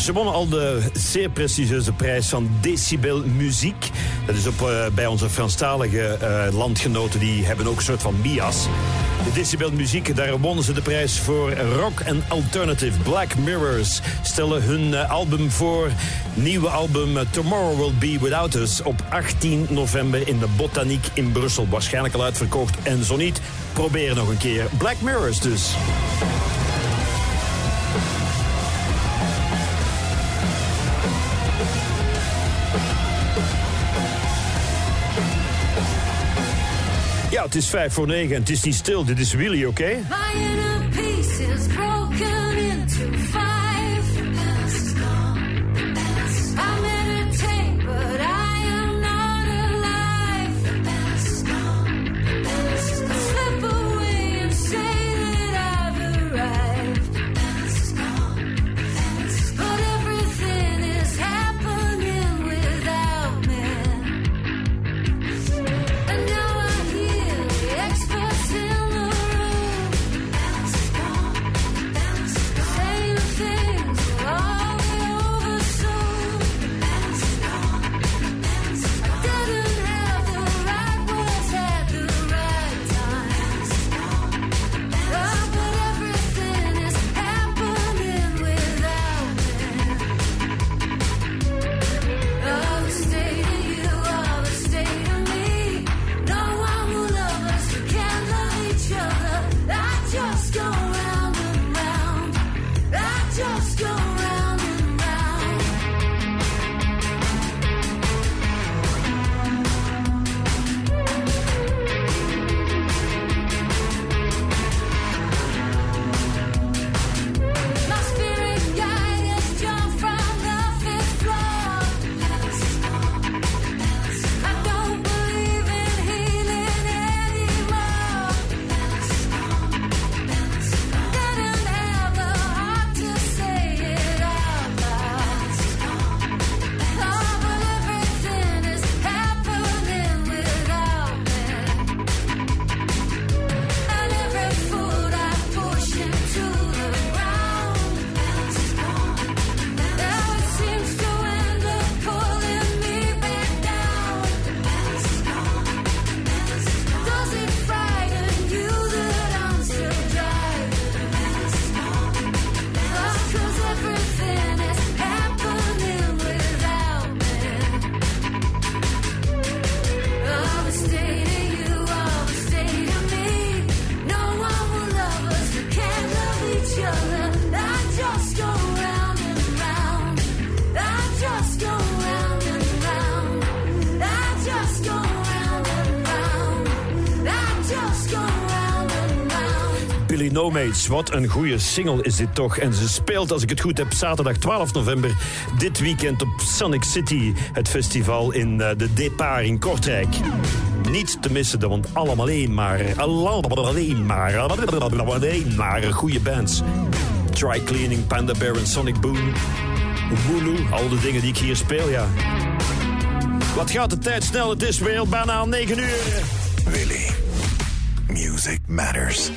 Ze wonnen al de zeer prestigieuze prijs van Decibel Muziek. Dat is op, uh, bij onze Franstalige uh, landgenoten, die hebben ook een soort van M I A S. De Decibel Muziek, daar wonnen ze de prijs voor rock en alternative. Black Mirrors stellen hun uh, album voor. Nieuwe album uh, Tomorrow Will Be Without Us op achttien november in de Botaniek in Brussel. Waarschijnlijk al uitverkocht en zo niet, probeer nog een keer. Black Mirrors dus. Ja, het is vijf voor negen en het is niet stil. Dit is Willy, oké? Okay? No Mates, wat een goede single is dit toch. En ze speelt, als ik het goed heb, zaterdag twaalf november... dit weekend op Sonic City, het festival in uh, de Depart in Kortrijk. Niet te missen, want allemaal alleen maar... allemaal alleen maar... allemaal alleen maar goede bands. Dry Cleaning, Panda Bear en Sonic Boom. Wooloo, al de dingen die ik hier speel, ja. Wat gaat de tijd snel, het is weer bijna negen uur. Willy, Music Matters.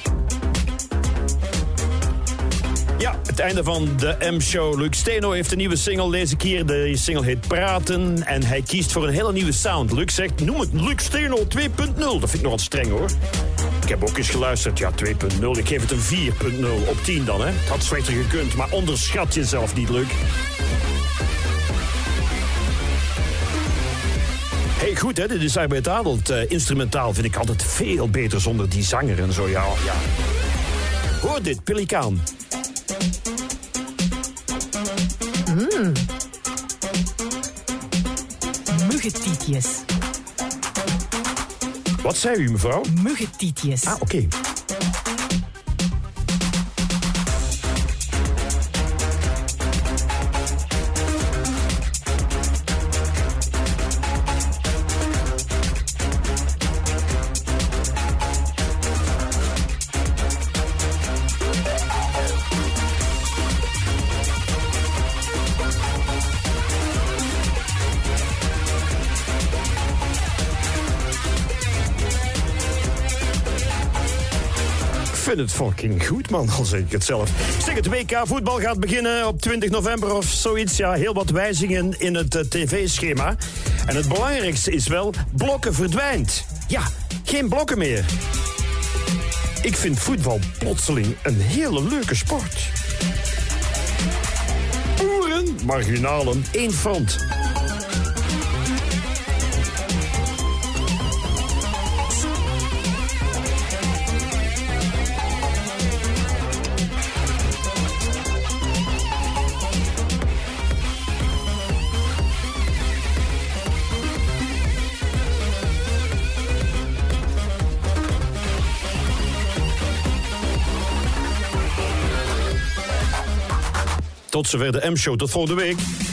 Ja, het einde van de M-show. Luc Steno heeft een nieuwe single, lees ik hier. De single heet Praten en hij kiest voor een hele nieuwe sound. Luc zegt, noem het Luc Steno twee punt nul. Dat vind ik nogal streng, hoor. Ik heb ook eens geluisterd, ja, twee punt nul. Ik geef het een vier punt nul op tien dan, hè. Het had slechter gekund, maar onderschat jezelf niet, Luc. Hey, goed, hè, dit is Arbeid Adelt. Uh, instrumentaal vind ik altijd veel beter zonder die zanger en zo, ja, ja. Hoor dit, Pelikaan. Mmm. Muggetietjes. Wat zei u, mevrouw? Muggetietjes. Ah, oké. Okay. vind het fucking goed, man, al zeg ik het zelf. Zeg, het W K voetbal gaat beginnen op twintig november of zoiets. Ja, heel wat wijzigingen in het uh, tv-schema. En het belangrijkste is wel, blokken verdwijnt. Ja, geen blokken meer. Ik vind voetbal plotseling een hele leuke sport. Boeren, marginalen, één front. Tot zover de M-show. Tot volgende week.